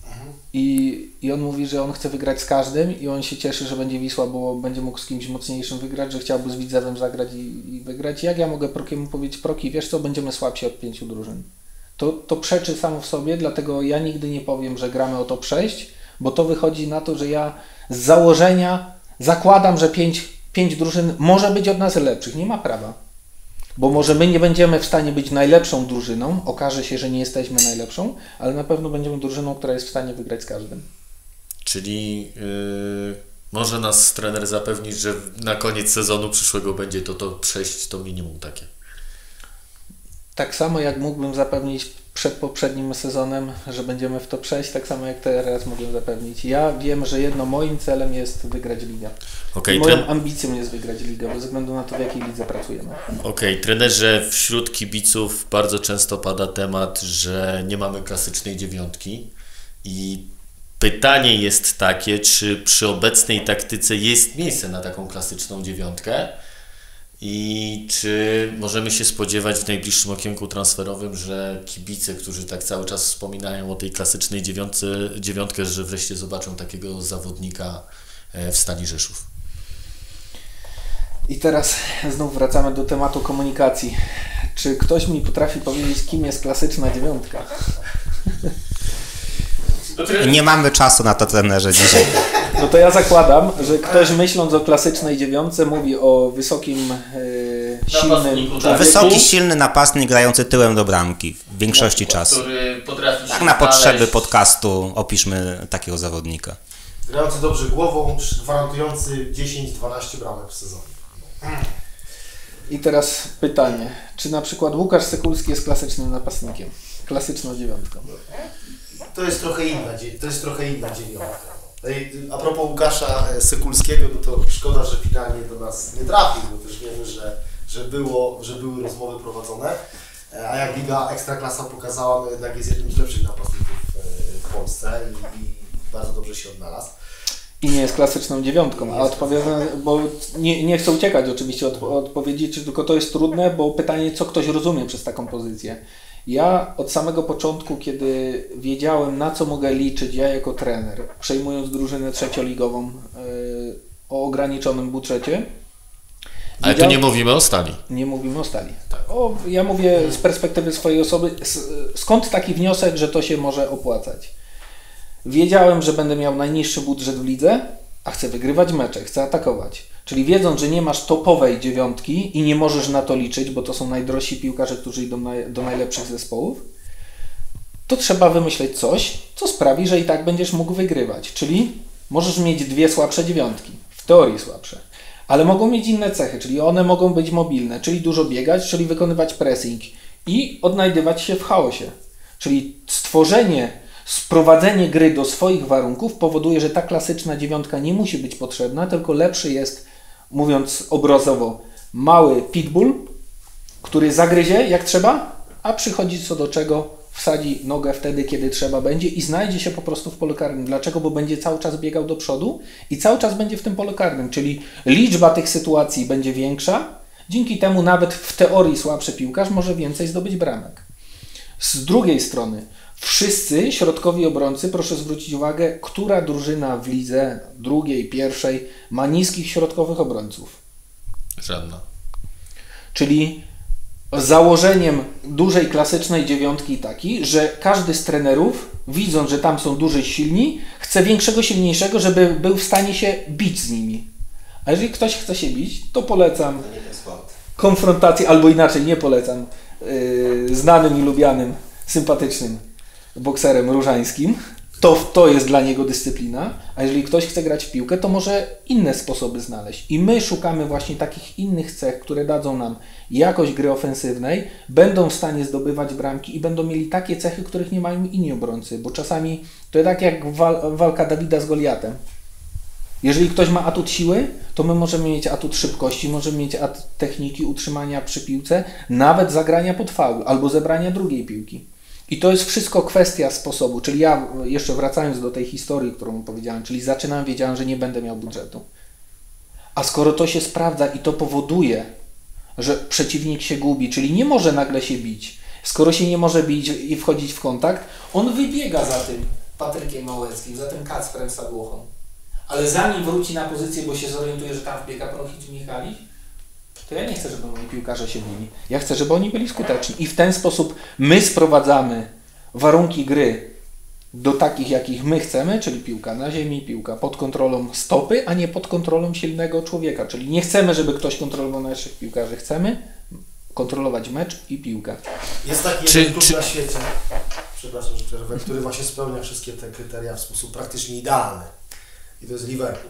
I, I on mówi, że on chce wygrać z każdym i on się cieszy, że będzie Wisła, bo będzie mógł z kimś mocniejszym wygrać, że chciałby z Widzewem zagrać i, i wygrać. Jak ja mogę Prokiemu powiedzieć, Proki, wiesz co, będziemy słabsi od pięciu drużyn. To, to przeczy samo w sobie, dlatego ja nigdy nie powiem, że gramy o top sześć, bo to wychodzi na to, że ja z założenia zakładam, że pięć, pięć drużyn może być od nas lepszych. Nie ma prawa. Bo może my nie będziemy w stanie być najlepszą drużyną, okaże się, że nie jesteśmy najlepszą, ale na pewno będziemy drużyną, która jest w stanie wygrać z każdym. Czyli yy, może nas trener zapewnić, że na koniec sezonu przyszłego będzie to top sześć, to minimum takie. Tak samo jak mógłbym zapewnić przed poprzednim sezonem, że będziemy w top sześć, tak samo jak teraz mogłem zapewnić. Ja wiem, że jedno moim celem jest wygrać ligę. Okay, I moją tren... ambicją jest wygrać ligę, bez względu na to, w jakiej lidze pracujemy. Okej, okay, trenerze, wśród kibiców bardzo często pada temat, że nie mamy klasycznej dziewiątki i pytanie jest takie, czy przy obecnej taktyce jest miejsce na taką klasyczną dziewiątkę i czy możemy się spodziewać w najbliższym okienku transferowym, że kibice, którzy tak cały czas wspominają o tej klasycznej dziewiątce, dziewiątkę, że wreszcie zobaczą takiego zawodnika w Stali Rzeszów. I teraz znów wracamy do tematu komunikacji. Czy ktoś mi potrafi powiedzieć, kim jest klasyczna dziewiątka? Nie mamy czasu na to, trenerze, dzisiaj. No to ja zakładam, że ktoś myśląc o klasycznej dziewiątce mówi o wysokim, e, silnym człowieku. Wysoki, silny napastnik grający tyłem do bramki w większości czasu. Który potrafi tak na potrzeby podcastu opiszmy takiego zawodnika. Grający dobrze głową, gwarantujący dziesięć dwanaście bramek w sezonie. I teraz pytanie, czy na przykład Łukasz Sekulski jest klasycznym napastnikiem? Klasyczną dziewiątką. To jest trochę inna, to jest trochę inna dziewiątka. A propos Łukasza Sekulskiego, no to szkoda, że finalnie do nas nie trafił, bo też wiemy, że, że, było, że były rozmowy prowadzone. A jak Liga Ekstraklasa pokazała, no jednak jest jednym z lepszych napastników w Polsce i, i bardzo dobrze się odnalazł. I nie jest klasyczną dziewiątką, a odpowiadam, bo nie, nie chcę uciekać oczywiście od, od odpowiedzi, czy tylko to jest trudne, bo pytanie, co ktoś rozumie przez taką pozycję. Ja od samego początku, kiedy wiedziałem, na co mogę liczyć ja jako trener, przejmując drużynę trzecioligową yy, o ograniczonym budżecie. Ale tu nie mówimy o Stali. Nie mówimy o Stali. O, ja mówię z perspektywy swojej osoby, skąd taki wniosek, że to się może opłacać. Wiedziałem, że będę miał najniższy budżet w lidze, a chcę wygrywać mecze, chcę atakować. Czyli wiedząc, że nie masz topowej dziewiątki i nie możesz na to liczyć, bo to są najdrożsi piłkarze, którzy idą na, do najlepszych zespołów, to trzeba wymyśleć coś, co sprawi, że i tak będziesz mógł wygrywać. Czyli możesz mieć dwie słabsze dziewiątki, w teorii słabsze, ale mogą mieć inne cechy, czyli one mogą być mobilne, czyli dużo biegać, czyli wykonywać pressing i odnajdywać się w chaosie. Czyli stworzenie, sprowadzenie gry do swoich warunków powoduje, że ta klasyczna dziewiątka nie musi być potrzebna, tylko lepszy jest, mówiąc obrazowo, mały pitbull, który zagryzie jak trzeba, a przychodzi co do czego, wsadzi nogę wtedy, kiedy trzeba będzie i znajdzie się po prostu w polu karnym. Dlaczego? Bo będzie cały czas biegał do przodu i cały czas będzie w tym polu karnym, czyli liczba tych sytuacji będzie większa, dzięki temu nawet w teorii słabszy piłkarz może więcej zdobyć bramek. Z drugiej strony, wszyscy środkowi obrońcy, proszę zwrócić uwagę, która drużyna w lidze drugiej, pierwszej ma niskich środkowych obrońców? Żadna. Czyli założeniem dużej, klasycznej dziewiątki taki, że każdy z trenerów, widząc, że tam są duży, silni, chce większego, silniejszego, żeby był w stanie się bić z nimi. A jeżeli ktoś chce się bić, to polecam konfrontację, albo inaczej, nie polecam, yy, znanym i lubianym, sympatycznym bokserem różańskim. To, to jest dla niego dyscyplina, a jeżeli ktoś chce grać w piłkę, to może inne sposoby znaleźć. I my szukamy właśnie takich innych cech, które dadzą nam jakość gry ofensywnej, będą w stanie zdobywać bramki i będą mieli takie cechy, których nie mają inni obrońcy, bo czasami to jest tak jak wal, walka Dawida z Goliatem. Jeżeli ktoś ma atut siły, to my możemy mieć atut szybkości, możemy mieć atut techniki utrzymania przy piłce, nawet zagrania pod faul albo zebrania drugiej piłki. I to jest wszystko kwestia sposobu, czyli ja jeszcze wracając do tej historii, którą powiedziałem, czyli zaczynam, wiedziałem, że nie będę miał budżetu. A skoro to się sprawdza i to powoduje, że przeciwnik się gubi, czyli nie może nagle się bić, skoro się nie może bić i wchodzić w kontakt, on wybiega za tym Patrykiem Małeckim, za tym Kacprem Sadłuchą. Ale zanim wróci na pozycję, bo się zorientuje, że tam wbiega Prochicz Michalik, to ja nie chcę, żeby moi piłkarze się bili. Ja chcę, żeby oni byli skuteczni. I w ten sposób my sprowadzamy warunki gry do takich, jakich my chcemy, czyli piłka na ziemi, piłka pod kontrolą stopy, a nie pod kontrolą silnego człowieka. Czyli nie chcemy, żeby ktoś kontrolował naszych piłkarzy. Chcemy kontrolować mecz i piłkę. Jest taki Czy- jeden klub czy- na świecie, przepraszam, że przerwę, który właśnie spełnia wszystkie te kryteria w sposób praktycznie idealny. I to jest Liverpool,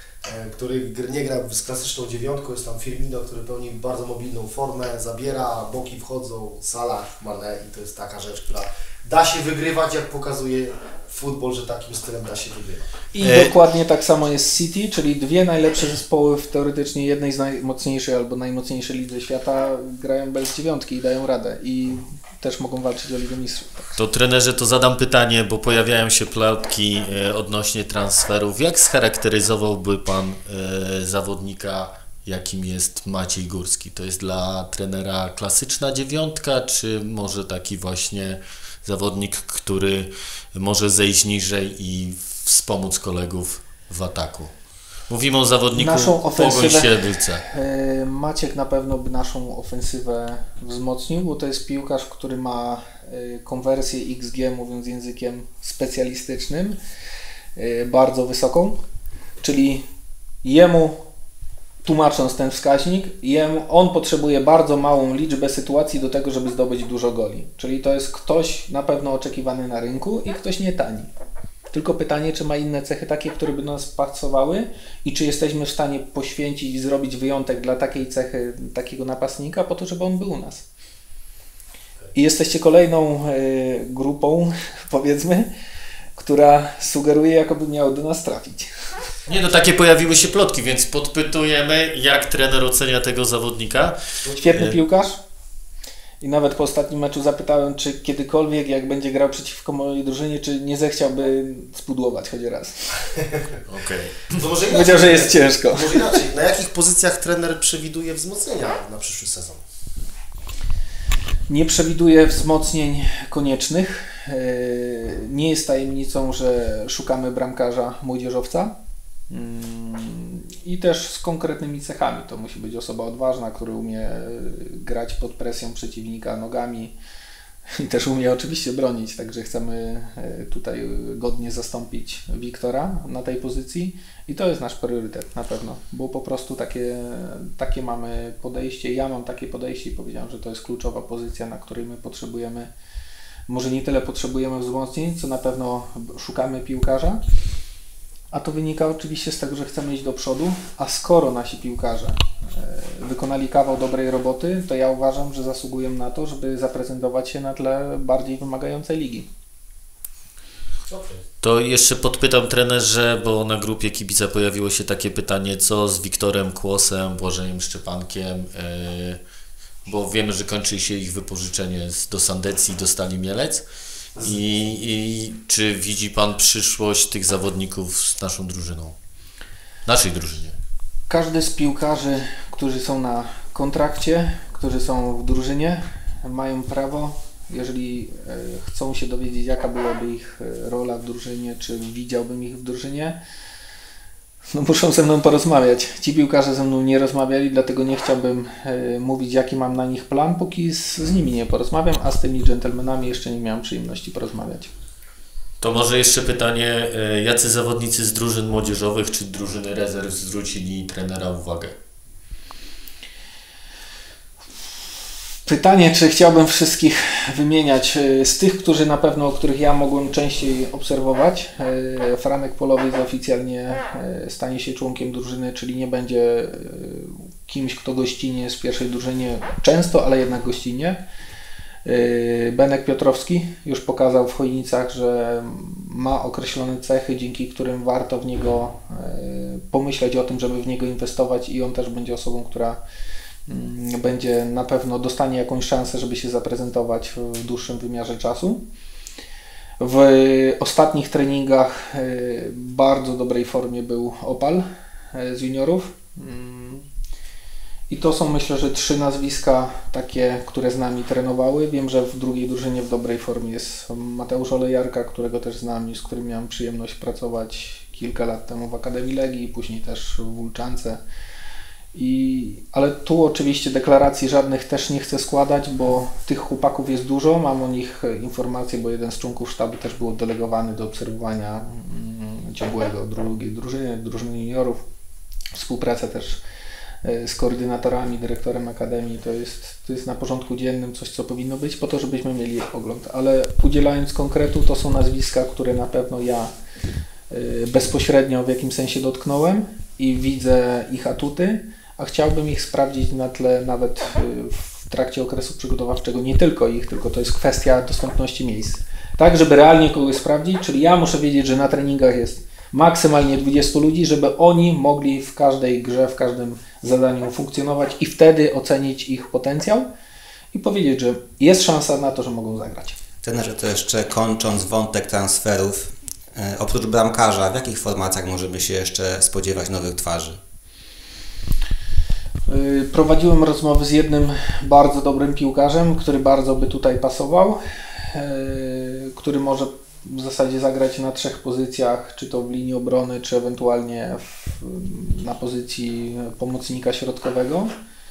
e, który gr- nie gra z klasyczną dziewiątką, jest tam Firmino, który pełni bardzo mobilną formę, zabiera, boki wchodzą, Salah, Mane i to jest taka rzecz, która da się wygrywać, jak pokazuje futbol, że takim stylem da się wygrywać. I E- dokładnie tak samo jest City, czyli dwie najlepsze zespoły w teoretycznie jednej z najmocniejszej albo najmocniejszej lidze świata grają bez dziewiątki i dają radę. I też mogą walczyć o Ligę Mistrzów. Tak. To trenerze, to zadam pytanie, bo pojawiają się plotki e, odnośnie transferów. Jak scharakteryzowałby Pan e, zawodnika, jakim jest Maciej Górski? To jest dla trenera klasyczna dziewiątka, czy może taki właśnie zawodnik, który może zejść niżej i wspomóc kolegów w ataku? Mówimy o zawodniku Naszą ofensywę- Pogoń Siedlce. E, Maciek na pewno by naszą ofensywę wzmocnił, bo to jest piłkarz, który ma e, konwersję X G, mówiąc językiem specjalistycznym, e, bardzo wysoką, czyli jemu, tłumacząc ten wskaźnik, jemu, on potrzebuje bardzo małą liczbę sytuacji do tego, żeby zdobyć dużo goli. Czyli to jest ktoś na pewno oczekiwany na rynku i ktoś nie tani. Tylko pytanie, czy ma inne cechy takie, które by do nas pasowały i czy jesteśmy w stanie poświęcić i zrobić wyjątek dla takiej cechy, takiego napastnika po to, żeby on był u nas. I jesteście kolejną y, grupą, powiedzmy, która sugeruje, jakoby miał do nas trafić. Nie, no takie pojawiły się plotki, więc podpytujemy, jak trener ocenia tego zawodnika. Świetny Y- piłkarz. I nawet po ostatnim meczu zapytałem, czy kiedykolwiek, jak będzie grał przeciwko mojej drużynie, czy nie zechciałby spudłować choć raz. Okej. To może Powiedział, że jest ciężko. Może inaczej, na jakich pozycjach trener przewiduje wzmocnienia na przyszły sezon? Nie przewiduję wzmocnień koniecznych. Nie jest tajemnicą, że szukamy bramkarza młodzieżowca i też z konkretnymi cechami. To musi być osoba odważna, która umie grać pod presją przeciwnika nogami i też umie oczywiście bronić, także chcemy tutaj godnie zastąpić Wiktora na tej pozycji i to jest nasz priorytet na pewno, bo po prostu takie, takie mamy podejście, ja mam takie podejście i powiedziałem, że to jest kluczowa pozycja, na której my potrzebujemy może nie tyle potrzebujemy wzmocnień, co na pewno szukamy piłkarza. A to wynika oczywiście z tego, że chcemy iść do przodu, a skoro nasi piłkarze wykonali kawał dobrej roboty, to ja uważam, że zasługują na to, żeby zaprezentować się na tle bardziej wymagającej ligi. To jeszcze podpytam trenerze, bo na grupie kibica pojawiło się takie pytanie, co z Wiktorem Kłosem, Błażejem Szczepankiem, yy, bo wiemy, że kończy się ich wypożyczenie z, do Sandecji, do Stali Mielec. I, I czy widzi Pan przyszłość tych zawodników z naszą drużyną, naszej drużynie? Każdy z piłkarzy, którzy są na kontrakcie, którzy są w drużynie, mają prawo, jeżeli chcą się dowiedzieć, jaka byłaby ich rola w drużynie, czy widziałbym ich w drużynie, no muszą ze mną porozmawiać. Ci piłkarze ze mną nie rozmawiali, dlatego nie chciałbym mówić, jaki mam na nich plan, póki z, z nimi nie porozmawiam, a z tymi dżentelmenami jeszcze nie miałem przyjemności porozmawiać. To może jeszcze pytanie, jacy zawodnicy z drużyn młodzieżowych czy drużyny rezerw zwrócili trenera uwagę? Pytanie, czy chciałbym wszystkich wymieniać. Z tych, którzy na pewno, o których ja mogłem częściej obserwować, Franek Polowiec oficjalnie stanie się członkiem drużyny, czyli nie będzie kimś, kto gościnnie jest w pierwszej drużynie często, ale jednak gościnnie. Benek Piotrowski już pokazał w Chojnicach, że ma określone cechy, dzięki którym warto w niego pomyśleć o tym, żeby w niego inwestować, i on też będzie osobą, która będzie na pewno, dostanie jakąś szansę, żeby się zaprezentować w dłuższym wymiarze czasu. W ostatnich treningach w bardzo dobrej formie był Opal z juniorów. I to są, myślę, że trzy nazwiska takie, które z nami trenowały. Wiem, że w drugiej drużynie w dobrej formie jest Mateusz Olejarka, którego też znam i z którym miałem przyjemność pracować kilka lat temu w Akademii Legii, później też w Wólczance. I, ale tu oczywiście deklaracji żadnych też nie chcę składać, bo tych chłopaków jest dużo, mam o nich informacje, bo jeden z członków sztabu też był delegowany do obserwowania mm, ciągłego drugiej drużyny, drużyny juniorów. Współpraca też z koordynatorami, dyrektorem Akademii, to jest, to jest na porządku dziennym coś, co powinno być po to, żebyśmy mieli ogląd, ale udzielając konkretu, to są nazwiska, które na pewno ja bezpośrednio w jakimś sensie dotknąłem i widzę ich atuty, a chciałbym ich sprawdzić na tle nawet w trakcie okresu przygotowawczego, nie tylko ich, tylko to jest kwestia dostępności miejsc. Tak, żeby realnie kogoś sprawdzić, czyli ja muszę wiedzieć, że na treningach jest maksymalnie dwudziestu ludzi, żeby oni mogli w każdej grze, w każdym zadaniu funkcjonować i wtedy ocenić ich potencjał i powiedzieć, że jest szansa na to, że mogą zagrać. Trenerze, to jeszcze kończąc wątek transferów, e, oprócz bramkarza, w jakich formacjach możemy się jeszcze spodziewać nowych twarzy? Prowadziłem rozmowy z jednym bardzo dobrym piłkarzem, który bardzo by tutaj pasował, który może w zasadzie zagrać na trzech pozycjach, czy to w linii obrony, czy ewentualnie w, na pozycji pomocnika środkowego,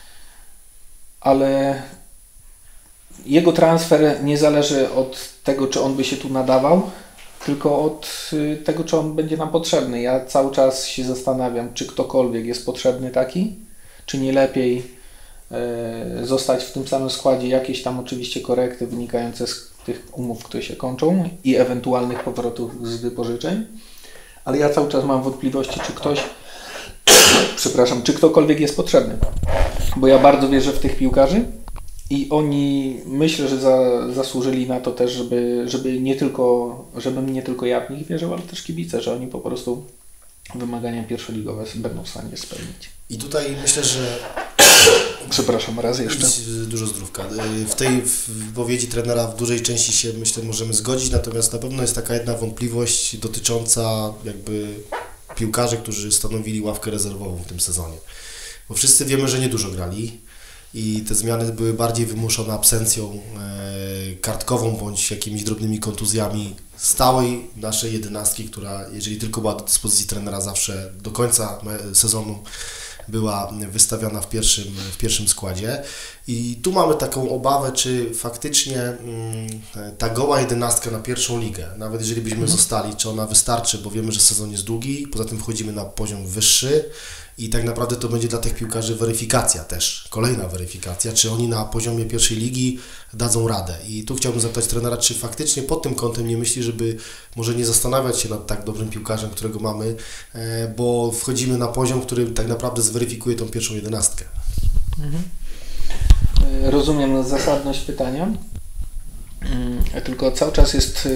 ale jego transfer nie zależy od tego, czy on by się tu nadawał, tylko od tego, czy on będzie nam potrzebny. Ja cały czas się zastanawiam, czy ktokolwiek jest potrzebny taki, czy nie lepiej e, zostać w tym samym składzie, jakieś tam oczywiście korekty wynikające z tych umów, które się kończą i ewentualnych powrotów z wypożyczeń, ale ja cały czas mam wątpliwości, czy ktoś, przepraszam, czy ktokolwiek jest potrzebny, bo ja bardzo wierzę w tych piłkarzy i oni, myślę, że za, zasłużyli na to też, żeby, żeby nie tylko, żebym nie tylko ja w nich wierzył, ale też kibice, że oni po prostu wymagania pierwszoligowe będą w stanie spełnić. I tutaj myślę, że Przepraszam, raz jeszcze. Dużo zdrówka. W tej wypowiedzi trenera w dużej części się, myślę, możemy zgodzić, natomiast na pewno jest taka jedna wątpliwość dotycząca jakby piłkarzy, którzy stanowili ławkę rezerwową w tym sezonie. Bo wszyscy wiemy, że niedużo grali i te zmiany były bardziej wymuszone absencją kartkową bądź jakimiś drobnymi kontuzjami stałej naszej jedenastki, która, jeżeli tylko była do dyspozycji trenera, zawsze do końca sezonu była wystawiona w pierwszym, w pierwszym składzie. I tu mamy taką obawę, czy faktycznie mm, ta goła jedenastka na pierwszą ligę, nawet jeżeli byśmy mhm. zostali, czy ona wystarczy, bo wiemy, że sezon jest długi, poza tym wchodzimy na poziom wyższy i tak naprawdę to będzie dla tych piłkarzy weryfikacja też, kolejna weryfikacja, czy oni na poziomie pierwszej ligi dadzą radę. I tu chciałbym zapytać trenera, czy faktycznie pod tym kątem nie myśli, żeby może nie zastanawiać się nad tak dobrym piłkarzem, którego mamy, bo wchodzimy na poziom, który tak naprawdę zweryfikuje tą pierwszą jedenastkę. Mhm. Rozumiem zasadność pytania, tylko cały czas jest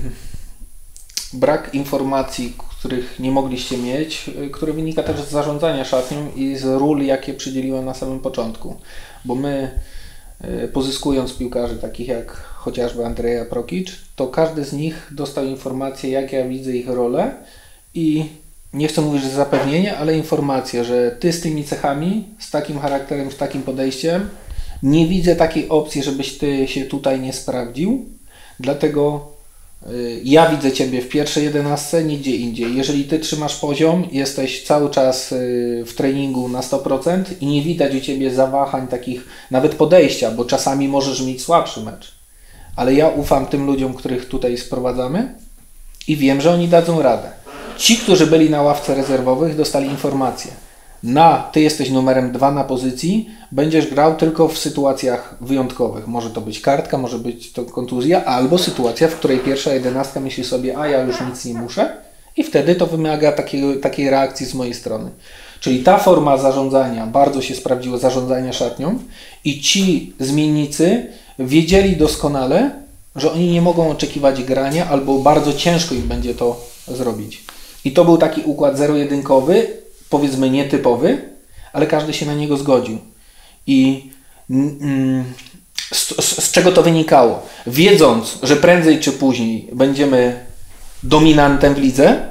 brak informacji, których nie mogliście mieć, które wynika też z zarządzania szatnią i z ról, jakie przydzieliłem na samym początku. Bo my, pozyskując piłkarzy takich jak chociażby Andrea Prokic, to każdy z nich dostał informację, jak ja widzę ich rolę i nie chcę mówić, że zapewnienie, ale informację, że ty z tymi cechami, z takim charakterem, z takim podejściem, nie widzę takiej opcji, żebyś ty się tutaj nie sprawdził, dlatego y, ja widzę ciebie w pierwszej jedenastce, nigdzie indziej. Jeżeli ty trzymasz poziom, jesteś cały czas y, w treningu na sto procent i nie widać u ciebie zawahań takich, nawet podejścia, bo czasami możesz mieć słabszy mecz. Ale ja ufam tym ludziom, których tutaj sprowadzamy i wiem, że oni dadzą radę. Ci, którzy byli na ławce rezerwowych, dostali informację. Na, ty jesteś numerem dwa na pozycji, będziesz grał tylko w sytuacjach wyjątkowych. Może to być kartka, może być to kontuzja, albo sytuacja, w której pierwsza jedenastka myśli sobie, a ja już nic nie muszę i wtedy to wymaga takiej, takiej reakcji z mojej strony. Czyli ta forma zarządzania bardzo się sprawdziła, zarządzania szatnią i ci zmiennicy wiedzieli doskonale, że oni nie mogą oczekiwać grania albo bardzo ciężko im będzie to zrobić. I to był taki układ zero-jedynkowy, powiedzmy nietypowy, ale każdy się na niego zgodził. I mm, z, z, z czego to wynikało? Wiedząc, że prędzej czy później będziemy dominantem w lidze,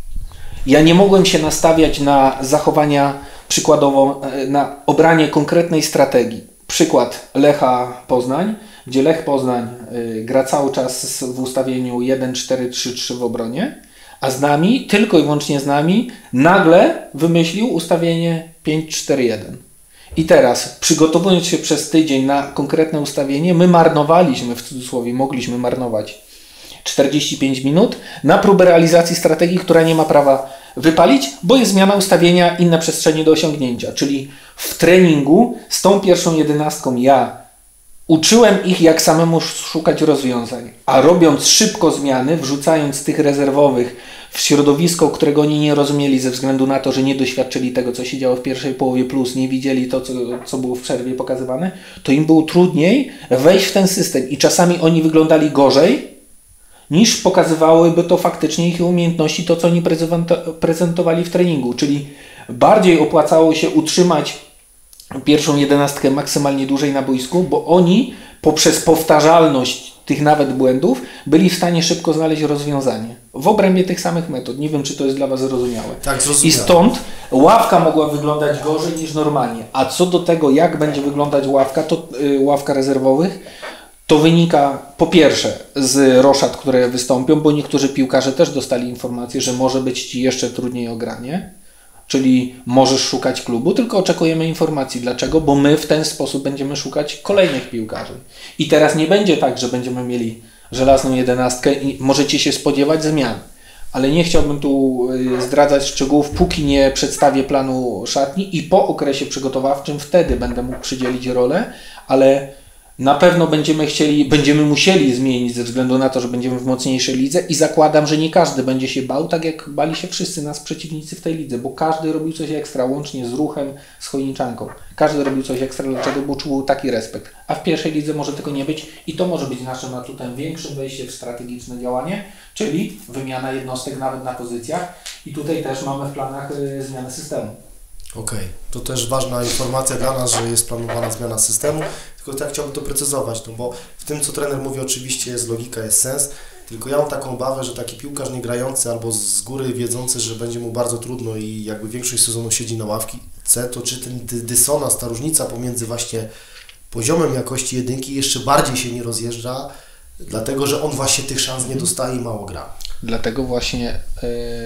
ja nie mogłem się nastawiać na zachowania, przykładowo na obranie konkretnej strategii. Przykład Lecha Poznań, gdzie Lech Poznań y, gra cały czas w ustawieniu jeden cztery trzy trzy w obronie, a z nami, tylko i wyłącznie z nami, nagle wymyślił ustawienie pięć cztery jeden. I teraz, przygotowując się przez tydzień na konkretne ustawienie, my marnowaliśmy, w cudzysłowie, mogliśmy marnować czterdzieści pięć minut na próbę realizacji strategii, która nie ma prawa wypalić, bo jest zmiana ustawienia, inne przestrzenie do osiągnięcia. Czyli w treningu z tą pierwszą jedenastką ja uczyłem ich, jak samemu szukać rozwiązań, a robiąc szybko zmiany, wrzucając tych rezerwowych w środowisko, którego oni nie rozumieli ze względu na to, że nie doświadczyli tego, co się działo w pierwszej połowie, plus nie widzieli to, co, co było w przerwie pokazywane, to im było trudniej wejść w ten system i czasami oni wyglądali gorzej, niż pokazywałyby to faktycznie ich umiejętności, to co oni prezentowali w treningu. Czyli bardziej opłacało się utrzymać pierwszą jedenastkę maksymalnie dłużej na boisku, bo oni poprzez powtarzalność tych nawet błędów byli w stanie szybko znaleźć rozwiązanie w obrębie tych samych metod. Nie wiem, czy to jest dla Was zrozumiałe. Tak, zrozumiałe. I stąd ławka mogła wyglądać gorzej niż normalnie. A co do tego, jak będzie wyglądać ławka, to yy, ławka rezerwowych, to wynika po pierwsze z roszad, które wystąpią, bo niektórzy piłkarze też dostali informację, że może być Ci jeszcze trudniej o granie, czyli możesz szukać klubu, tylko oczekujemy informacji. Dlaczego? Bo my w ten sposób będziemy szukać kolejnych piłkarzy. I teraz nie będzie tak, że będziemy mieli żelazną jedenastkę i możecie się spodziewać zmian. Ale nie chciałbym tu zdradzać szczegółów, póki nie przedstawię planu szatni i po okresie przygotowawczym wtedy będę mógł przydzielić rolę, ale na pewno będziemy chcieli, będziemy musieli zmienić ze względu na to, że będziemy w mocniejszej lidze i zakładam, że nie każdy będzie się bał, tak jak bali się wszyscy nas przeciwnicy w tej lidze, bo każdy robił coś ekstra, łącznie z Ruchem, z Chojniczanką. Każdy robił coś ekstra, dlaczego? Bo czuł taki respekt. A w pierwszej lidze może tego nie być i to może być naszym atutem większym wejście w strategiczne działanie, czyli wymiana jednostek nawet na pozycjach i tutaj też mamy w planach y, zmianę systemu. Okej, okay. To też ważna informacja dla nas, że jest planowana zmiana systemu, tylko tak chciałbym to precyzować, no bo w tym, co trener mówi, oczywiście jest logika, jest sens, tylko ja mam taką obawę, że taki piłkarz niegrający albo z góry wiedzący, że będzie mu bardzo trudno i jakby większość sezonu siedzi na ławki C, to czy ten dysonans, ta różnica pomiędzy właśnie poziomem jakości jedynki jeszcze bardziej się nie rozjeżdża, dlatego, że on właśnie tych szans nie dostaje i mało gra. Dlatego właśnie yy,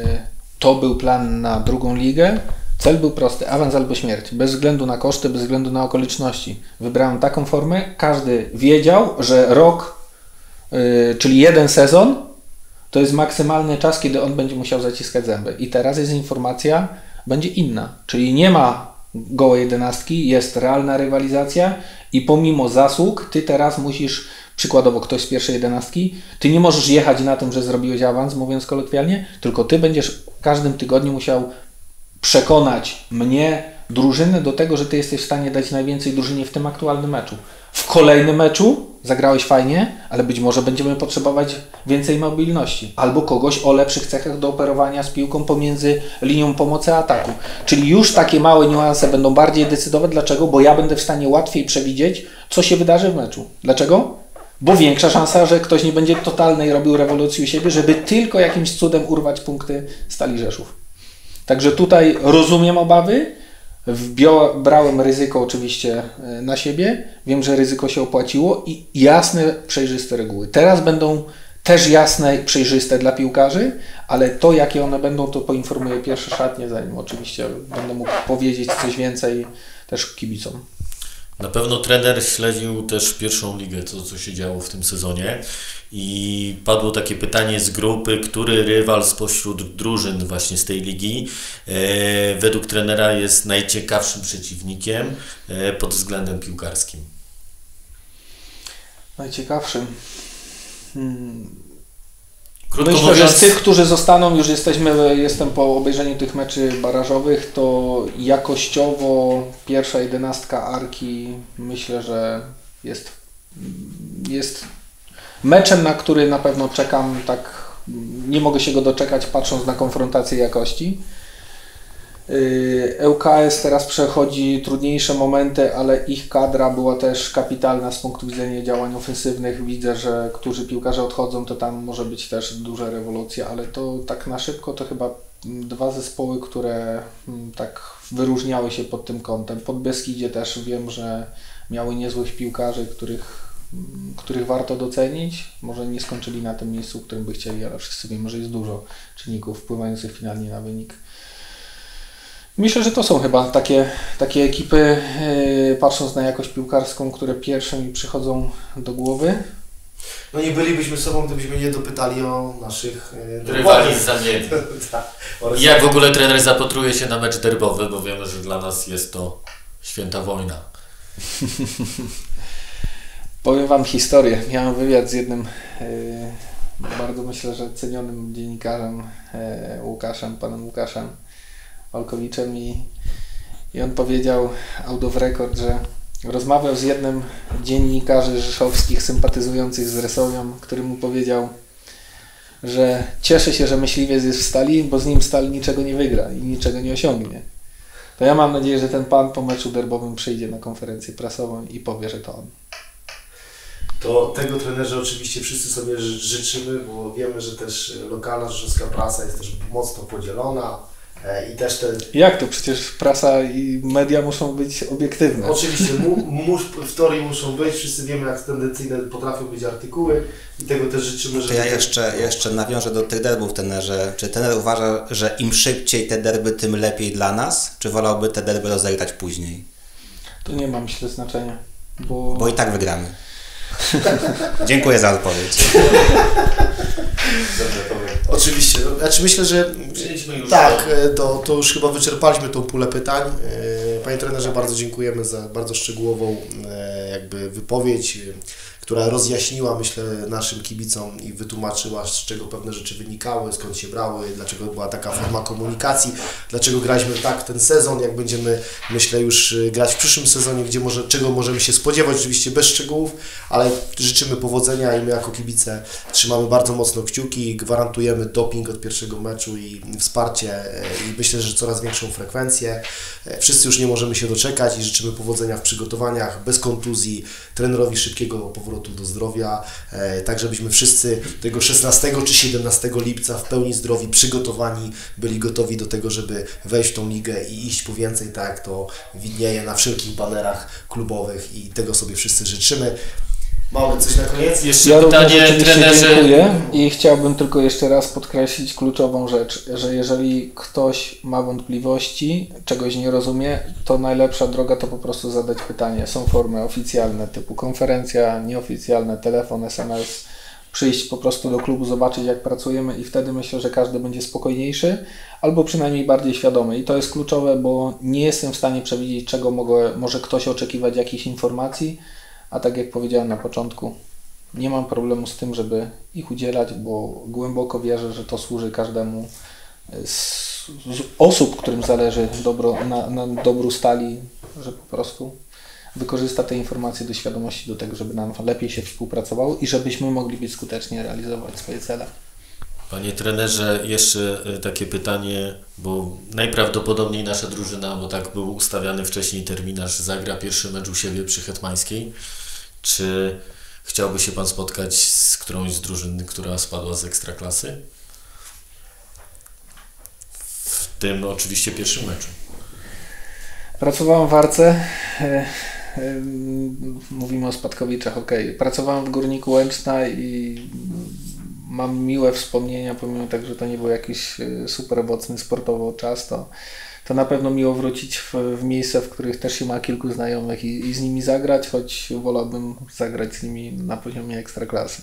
to był plan na drugą ligę. Cel był prosty, awans albo śmierć, bez względu na koszty, bez względu na okoliczności. Wybrałem taką formę, każdy wiedział, że rok, yy, czyli jeden sezon, to jest maksymalny czas, kiedy on będzie musiał zaciskać zęby. I teraz jest informacja, będzie inna. Czyli nie ma gołej jedenastki, jest realna rywalizacja i pomimo zasług ty teraz musisz, przykładowo ktoś z pierwszej jedenastki, ty nie możesz jechać na tym, że zrobiłeś awans, mówiąc kolokwialnie, tylko ty będziesz w każdym tygodniu musiał przekonać mnie, drużynę do tego, że ty jesteś w stanie dać najwięcej drużynie w tym aktualnym meczu. W kolejnym meczu zagrałeś fajnie, ale być może będziemy potrzebować więcej mobilności. Albo kogoś o lepszych cechach do operowania z piłką pomiędzy linią pomocy a ataku. Czyli już takie małe niuanse będą bardziej decydować. Dlaczego? Bo ja będę w stanie łatwiej przewidzieć, co się wydarzy w meczu. Dlaczego? Bo większa szansa, że ktoś nie będzie totalnej robił rewolucji u siebie, żeby tylko jakimś cudem urwać punkty Stali Rzeszów. Także tutaj rozumiem obawy. Wbio- brałem ryzyko oczywiście na siebie, wiem, że ryzyko się opłaciło i jasne, przejrzyste reguły. Teraz będą też jasne i przejrzyste dla piłkarzy, ale to jakie one będą, to poinformuję pierwsze szatnie, zanim oczywiście będę mógł powiedzieć coś więcej też kibicom. Na pewno trener śledził też pierwszą ligę, to co się działo w tym sezonie i padło takie pytanie z grupy, który rywal spośród drużyn właśnie z tej ligi e, według trenera jest najciekawszym przeciwnikiem e, pod względem piłkarskim. Najciekawszym? Hmm. Krótko Myślę, mówiąc, że z tych, którzy zostaną, już jesteśmy, jestem po obejrzeniu tych meczy barażowych, to jakościowo pierwsza jedenastka Arki myślę, że jest, jest meczem, na który na pewno czekam, tak nie mogę się go doczekać patrząc na konfrontację jakości. L K S teraz przechodzi trudniejsze momenty, ale ich kadra była też kapitalna z punktu widzenia działań ofensywnych. Widzę, że którzy piłkarze odchodzą, to tam może być też duża rewolucja, ale to tak na szybko to chyba dwa zespoły, które tak wyróżniały się pod tym kątem. Pod Beskidzie też wiem, że miały niezłych piłkarzy, których, których warto docenić. Może nie skończyli na tym miejscu, w którym by chcieli, ale wszyscy wiemy, że jest dużo czynników wpływających finalnie na wynik. Myślę, że to są chyba takie, takie ekipy, yy, patrząc na jakość piłkarską, które pierwsze mi przychodzą do głowy. No nie bylibyśmy sobą, gdybyśmy nie dopytali o naszych yy, rywali z zamiedni. I jak w ogóle trener zapatruje się na mecz derbowy, bo wiemy, że dla nas jest to święta wojna. Powiem Wam historię. Miałem wywiad z jednym yy, bardzo myślę, że cenionym dziennikarzem yy, Łukaszem, panem Łukaszem Olkowiczem i, i on powiedział out of record, że rozmawiał z jednym dziennikarzy rzeszowskich sympatyzujących z Resowią, który mu powiedział, że cieszy się, że myśliwiec jest w Stali, bo z nim Stal niczego nie wygra i niczego nie osiągnie. To ja mam nadzieję, że ten pan po meczu derbowym przyjdzie na konferencję prasową i powie, że to on. To tego trenerze oczywiście wszyscy sobie życzymy, bo wiemy, że też lokalna rzeszowska prasa jest też mocno podzielona. I też te... Jak to? Przecież prasa i media muszą być obiektywne. Oczywiście, mu, mu, w teorii muszą być, wszyscy wiemy, jak tendencyjne potrafią być artykuły i tego też życzymy, że... To ja jeszcze, jeszcze nawiążę do tych derbów, trenerze. Czy trener uważa, że im szybciej te derby, tym lepiej dla nas? Czy wolałby te derby rozegrać później? To nie ma, myślę, znaczenia, bo... Bo i tak wygramy. Dziękuję za odpowiedź. Dobrze powiem. Oczywiście. Znaczy myślę, że tak, to, to już chyba wyczerpaliśmy tą pulę pytań. Panie trenerze, bardzo dziękujemy za bardzo szczegółową jakby wypowiedź, która rozjaśniła, myślę, naszym kibicom i wytłumaczyła, z czego pewne rzeczy wynikały, skąd się brały, dlaczego była taka forma komunikacji, dlaczego graliśmy tak ten sezon, jak będziemy, myślę, już grać w przyszłym sezonie, gdzie może, czego możemy się spodziewać, oczywiście bez szczegółów, ale życzymy powodzenia i my jako kibice trzymamy bardzo mocno kciuki, gwarantujemy doping od pierwszego meczu i wsparcie i myślę, że coraz większą frekwencję. Wszyscy już nie możemy się doczekać i życzymy powodzenia w przygotowaniach, bez kontuzji, trenerowi szybkiego powrotu do zdrowia, tak żebyśmy wszyscy tego szesnastego czy siedemnastego lipca w pełni zdrowi, przygotowani, byli gotowi do tego, żeby wejść w tą ligę i iść po więcej, tak jak to widnieje na wszelkich banerach klubowych i tego sobie wszyscy życzymy. Mamy coś na koniec? Jeszcze ja pytanie trenerze. Dziękuję i chciałbym tylko jeszcze raz podkreślić kluczową rzecz, że jeżeli ktoś ma wątpliwości, czegoś nie rozumie, to najlepsza droga to po prostu zadać pytanie. Są formy oficjalne typu konferencja, nieoficjalne, telefon, es em es. przyjść po prostu do klubu, zobaczyć jak pracujemy i wtedy myślę, że każdy będzie spokojniejszy albo przynajmniej bardziej świadomy. I to jest kluczowe, bo nie jestem w stanie przewidzieć, czego mogę, może ktoś oczekiwać, jakichś informacji, a tak jak powiedziałem na początku, nie mam problemu z tym, żeby ich udzielać, bo głęboko wierzę, że to służy każdemu z, z osób, którym zależy dobro, na, na dobru stali, że po prostu wykorzysta te informacje do świadomości do tego, żeby nam lepiej się współpracowało i żebyśmy mogli być skutecznie realizować swoje cele. Panie trenerze, jeszcze takie pytanie, bo najprawdopodobniej nasza drużyna, bo tak był ustawiany wcześniej terminarz, zagra pierwszy mecz u siebie przy Hetmańskiej. Czy chciałby się Pan spotkać z którąś z drużyn, która spadła z Ekstraklasy? W tym oczywiście pierwszym meczu. Pracowałem w Arce. Mówimy o spadkowiczach, ok. Pracowałem w Górniku Łęczna i mam miłe wspomnienia, pomimo tak, że to nie był jakiś super owocny sportowo czas, to, to na pewno miło wrócić w, w miejsca, w których też się ma kilku znajomych i, i z nimi zagrać, choć wolałbym zagrać z nimi na poziomie ekstraklasy.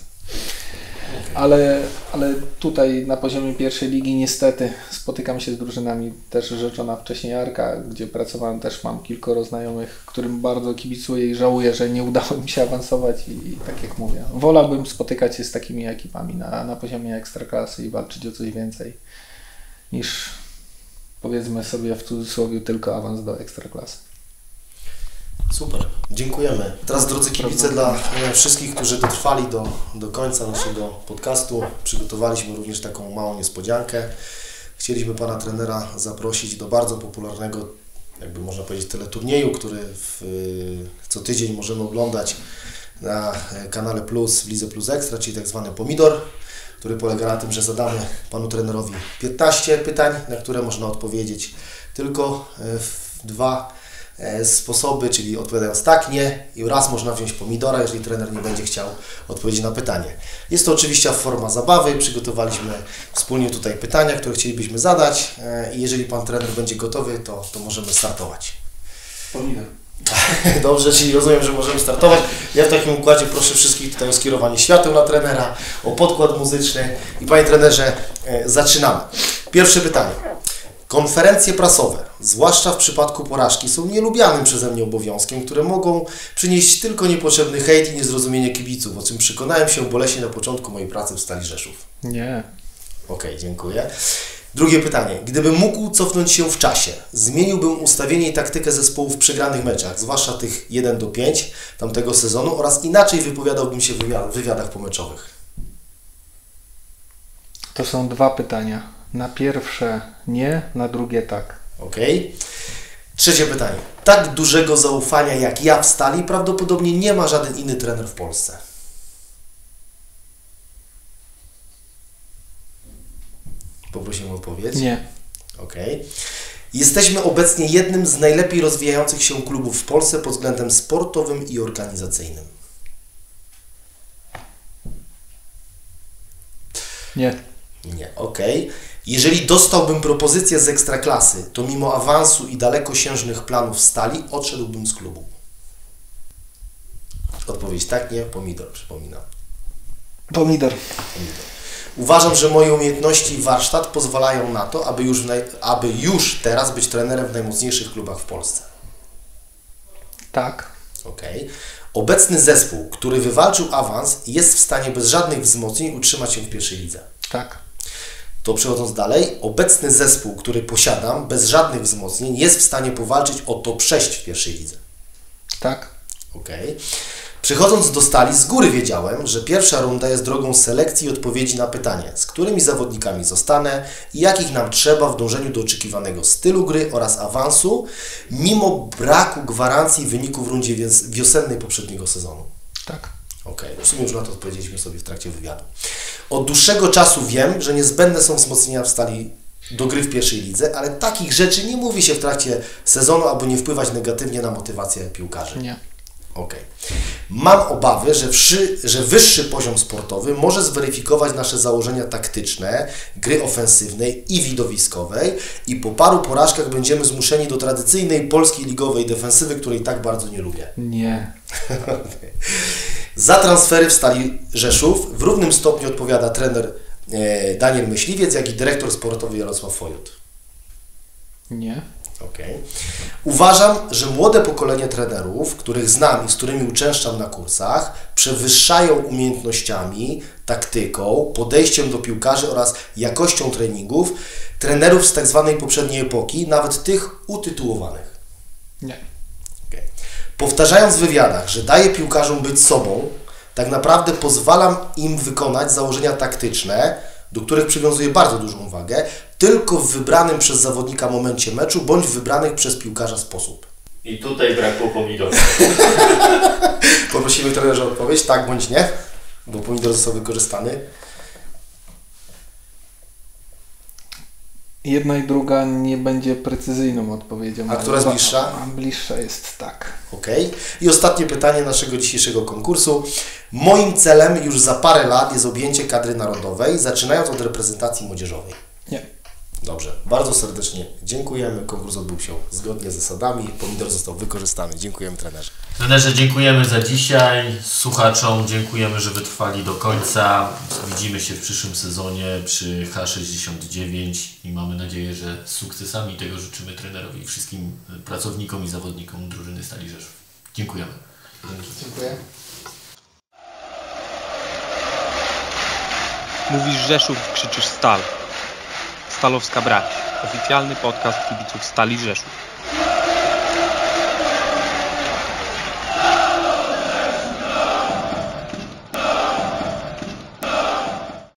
Ale, ale tutaj na poziomie pierwszej ligi niestety spotykam się z drużynami też rzeczona wcześniej Arka, gdzie pracowałem, też mam kilkoro znajomych, którym bardzo kibicuję i żałuję, że nie udało mi się awansować i, i tak jak mówię, wolałbym spotykać się z takimi ekipami na, na poziomie ekstraklasy i walczyć o coś więcej niż powiedzmy sobie w cudzysłowie tylko awans do ekstraklasy. Super, dziękujemy. Teraz drodzy kibice, dla wszystkich, którzy dotrwali do, do końca naszego podcastu, przygotowaliśmy również taką małą niespodziankę. Chcieliśmy Pana trenera zaprosić do bardzo popularnego, jakby można powiedzieć, teleturnieju, który w, co tydzień możemy oglądać na kanale Plus w Lidze Plus Ekstra, czyli tak zwany Pomidor, który polega na tym, że zadamy Panu trenerowi piętnaście pytań, na które można odpowiedzieć tylko w dwa sposoby, czyli odpowiadając tak, nie i raz można wziąć pomidora, jeżeli trener nie będzie chciał odpowiedzieć na pytanie. Jest to oczywiście forma zabawy, przygotowaliśmy wspólnie tutaj pytania, które chcielibyśmy zadać i jeżeli Pan trener będzie gotowy, to, to możemy startować. Pomidor. Dobrze, czyli rozumiem, że możemy startować. Ja w takim układzie proszę wszystkich tutaj o skierowanie świateł na trenera, o podkład muzyczny i Panie trenerze, zaczynamy. Pierwsze pytanie. Konferencje prasowe, zwłaszcza w przypadku porażki, są nielubianym przeze mnie obowiązkiem, które mogą przynieść tylko niepotrzebny hejt i niezrozumienie kibiców, o czym przekonałem się boleśnie na początku mojej pracy w Stali Rzeszów. Nie. Okej, okay, dziękuję. Drugie pytanie. Gdybym mógł cofnąć się w czasie, zmieniłbym ustawienie i taktykę zespołu w przegranych meczach, zwłaszcza tych jeden do pięciu tamtego sezonu oraz inaczej wypowiadałbym się w wywiadach pomeczowych. To są dwa pytania. Na pierwsze nie, na drugie tak. Okej. Okay. Trzecie pytanie. Tak dużego zaufania jak ja w Stali prawdopodobnie nie ma żaden inny trener w Polsce. Poprosimy o odpowiedź. Nie. Okej. Okay. Jesteśmy obecnie jednym z najlepiej rozwijających się klubów w Polsce pod względem sportowym i organizacyjnym. Nie. Nie, okej. Okay. Jeżeli dostałbym propozycję z Ekstraklasy, to mimo awansu i dalekosiężnych planów Stali odszedłbym z klubu. Odpowiedź tak, nie, pomidor, przypominam. Pomidor. Pomidor. Uważam, że moje umiejętności i warsztat pozwalają na to, aby już, naj... aby już teraz być trenerem w najmocniejszych klubach w Polsce. Tak. Okej. Okay. Obecny zespół, który wywalczył awans, jest w stanie bez żadnych wzmocnień utrzymać się w pierwszej lidze. Tak. To przechodząc dalej, obecny zespół, który posiadam, bez żadnych wzmocnień, jest w stanie powalczyć o top sześć w pierwszej lidze. Tak. Okej. Okay. Przechodząc do Stali, z góry wiedziałem, że pierwsza runda jest drogą selekcji i odpowiedzi na pytanie, z którymi zawodnikami zostanę i jakich nam trzeba w dążeniu do oczekiwanego stylu gry oraz awansu, mimo braku gwarancji wyniku w rundzie wiosennej poprzedniego sezonu. Tak. Okej, okay. W sumie już na to odpowiedzieliśmy sobie w trakcie wywiadu. Od dłuższego czasu wiem, że niezbędne są wzmocnienia w Stali do gry w pierwszej lidze, ale takich rzeczy nie mówi się w trakcie sezonu, aby nie wpływać negatywnie na motywację piłkarzy. Nie. Okej. Okay. Mam obawy, że, wszy, że wyższy poziom sportowy może zweryfikować nasze założenia taktyczne, gry ofensywnej i widowiskowej i po paru porażkach będziemy zmuszeni do tradycyjnej polskiej ligowej defensywy, której tak bardzo nie lubię. Nie. Za transfery w Stali Rzeszów w równym stopniu odpowiada trener e, Daniel Myśliwiec, jak i dyrektor sportowy Jarosław Fojut. Nie. Okay. Uważam, że młode pokolenie trenerów, których znam i z którymi uczęszczam na kursach, przewyższają umiejętnościami, taktyką, podejściem do piłkarzy oraz jakością treningów trenerów z tak zwanej poprzedniej epoki, nawet tych utytułowanych. Nie. Okay. Powtarzając w wywiadach, że daję piłkarzom być sobą, tak naprawdę pozwalam im wykonać założenia taktyczne, do których przywiązuję bardzo dużą wagę, tylko w wybranym przez zawodnika momencie meczu, bądź w wybranych przez piłkarza sposób. I tutaj brakło pomidorów. Poprosimy trenerza o odpowiedź, tak bądź nie, bo pomidor został wykorzystany. Jedna i druga nie będzie precyzyjną odpowiedzią. A która jest bliższa? A bliższa jest tak. Okej. Okay. I ostatnie pytanie naszego dzisiejszego konkursu. Moim celem już za parę lat jest objęcie kadry narodowej, zaczynając od reprezentacji młodzieżowej. Nie. Dobrze. Bardzo serdecznie dziękujemy. Konkurs odbył się zgodnie z zasadami. Pomidor został wykorzystany. Dziękujemy trenerze. Trenerze, dziękujemy za dzisiaj. Słuchaczom dziękujemy, że wytrwali do końca. Widzimy się w przyszłym sezonie przy H sześćdziesiąt dziewięć i mamy nadzieję, że z sukcesami tego życzymy trenerowi i wszystkim pracownikom i zawodnikom drużyny Stali Rzeszów. Dziękujemy. Dziękuję. Mówisz Rzeszów, krzyczysz Stal. Stalowska Brać. Oficjalny podcast kibiców Stali Rzeszów.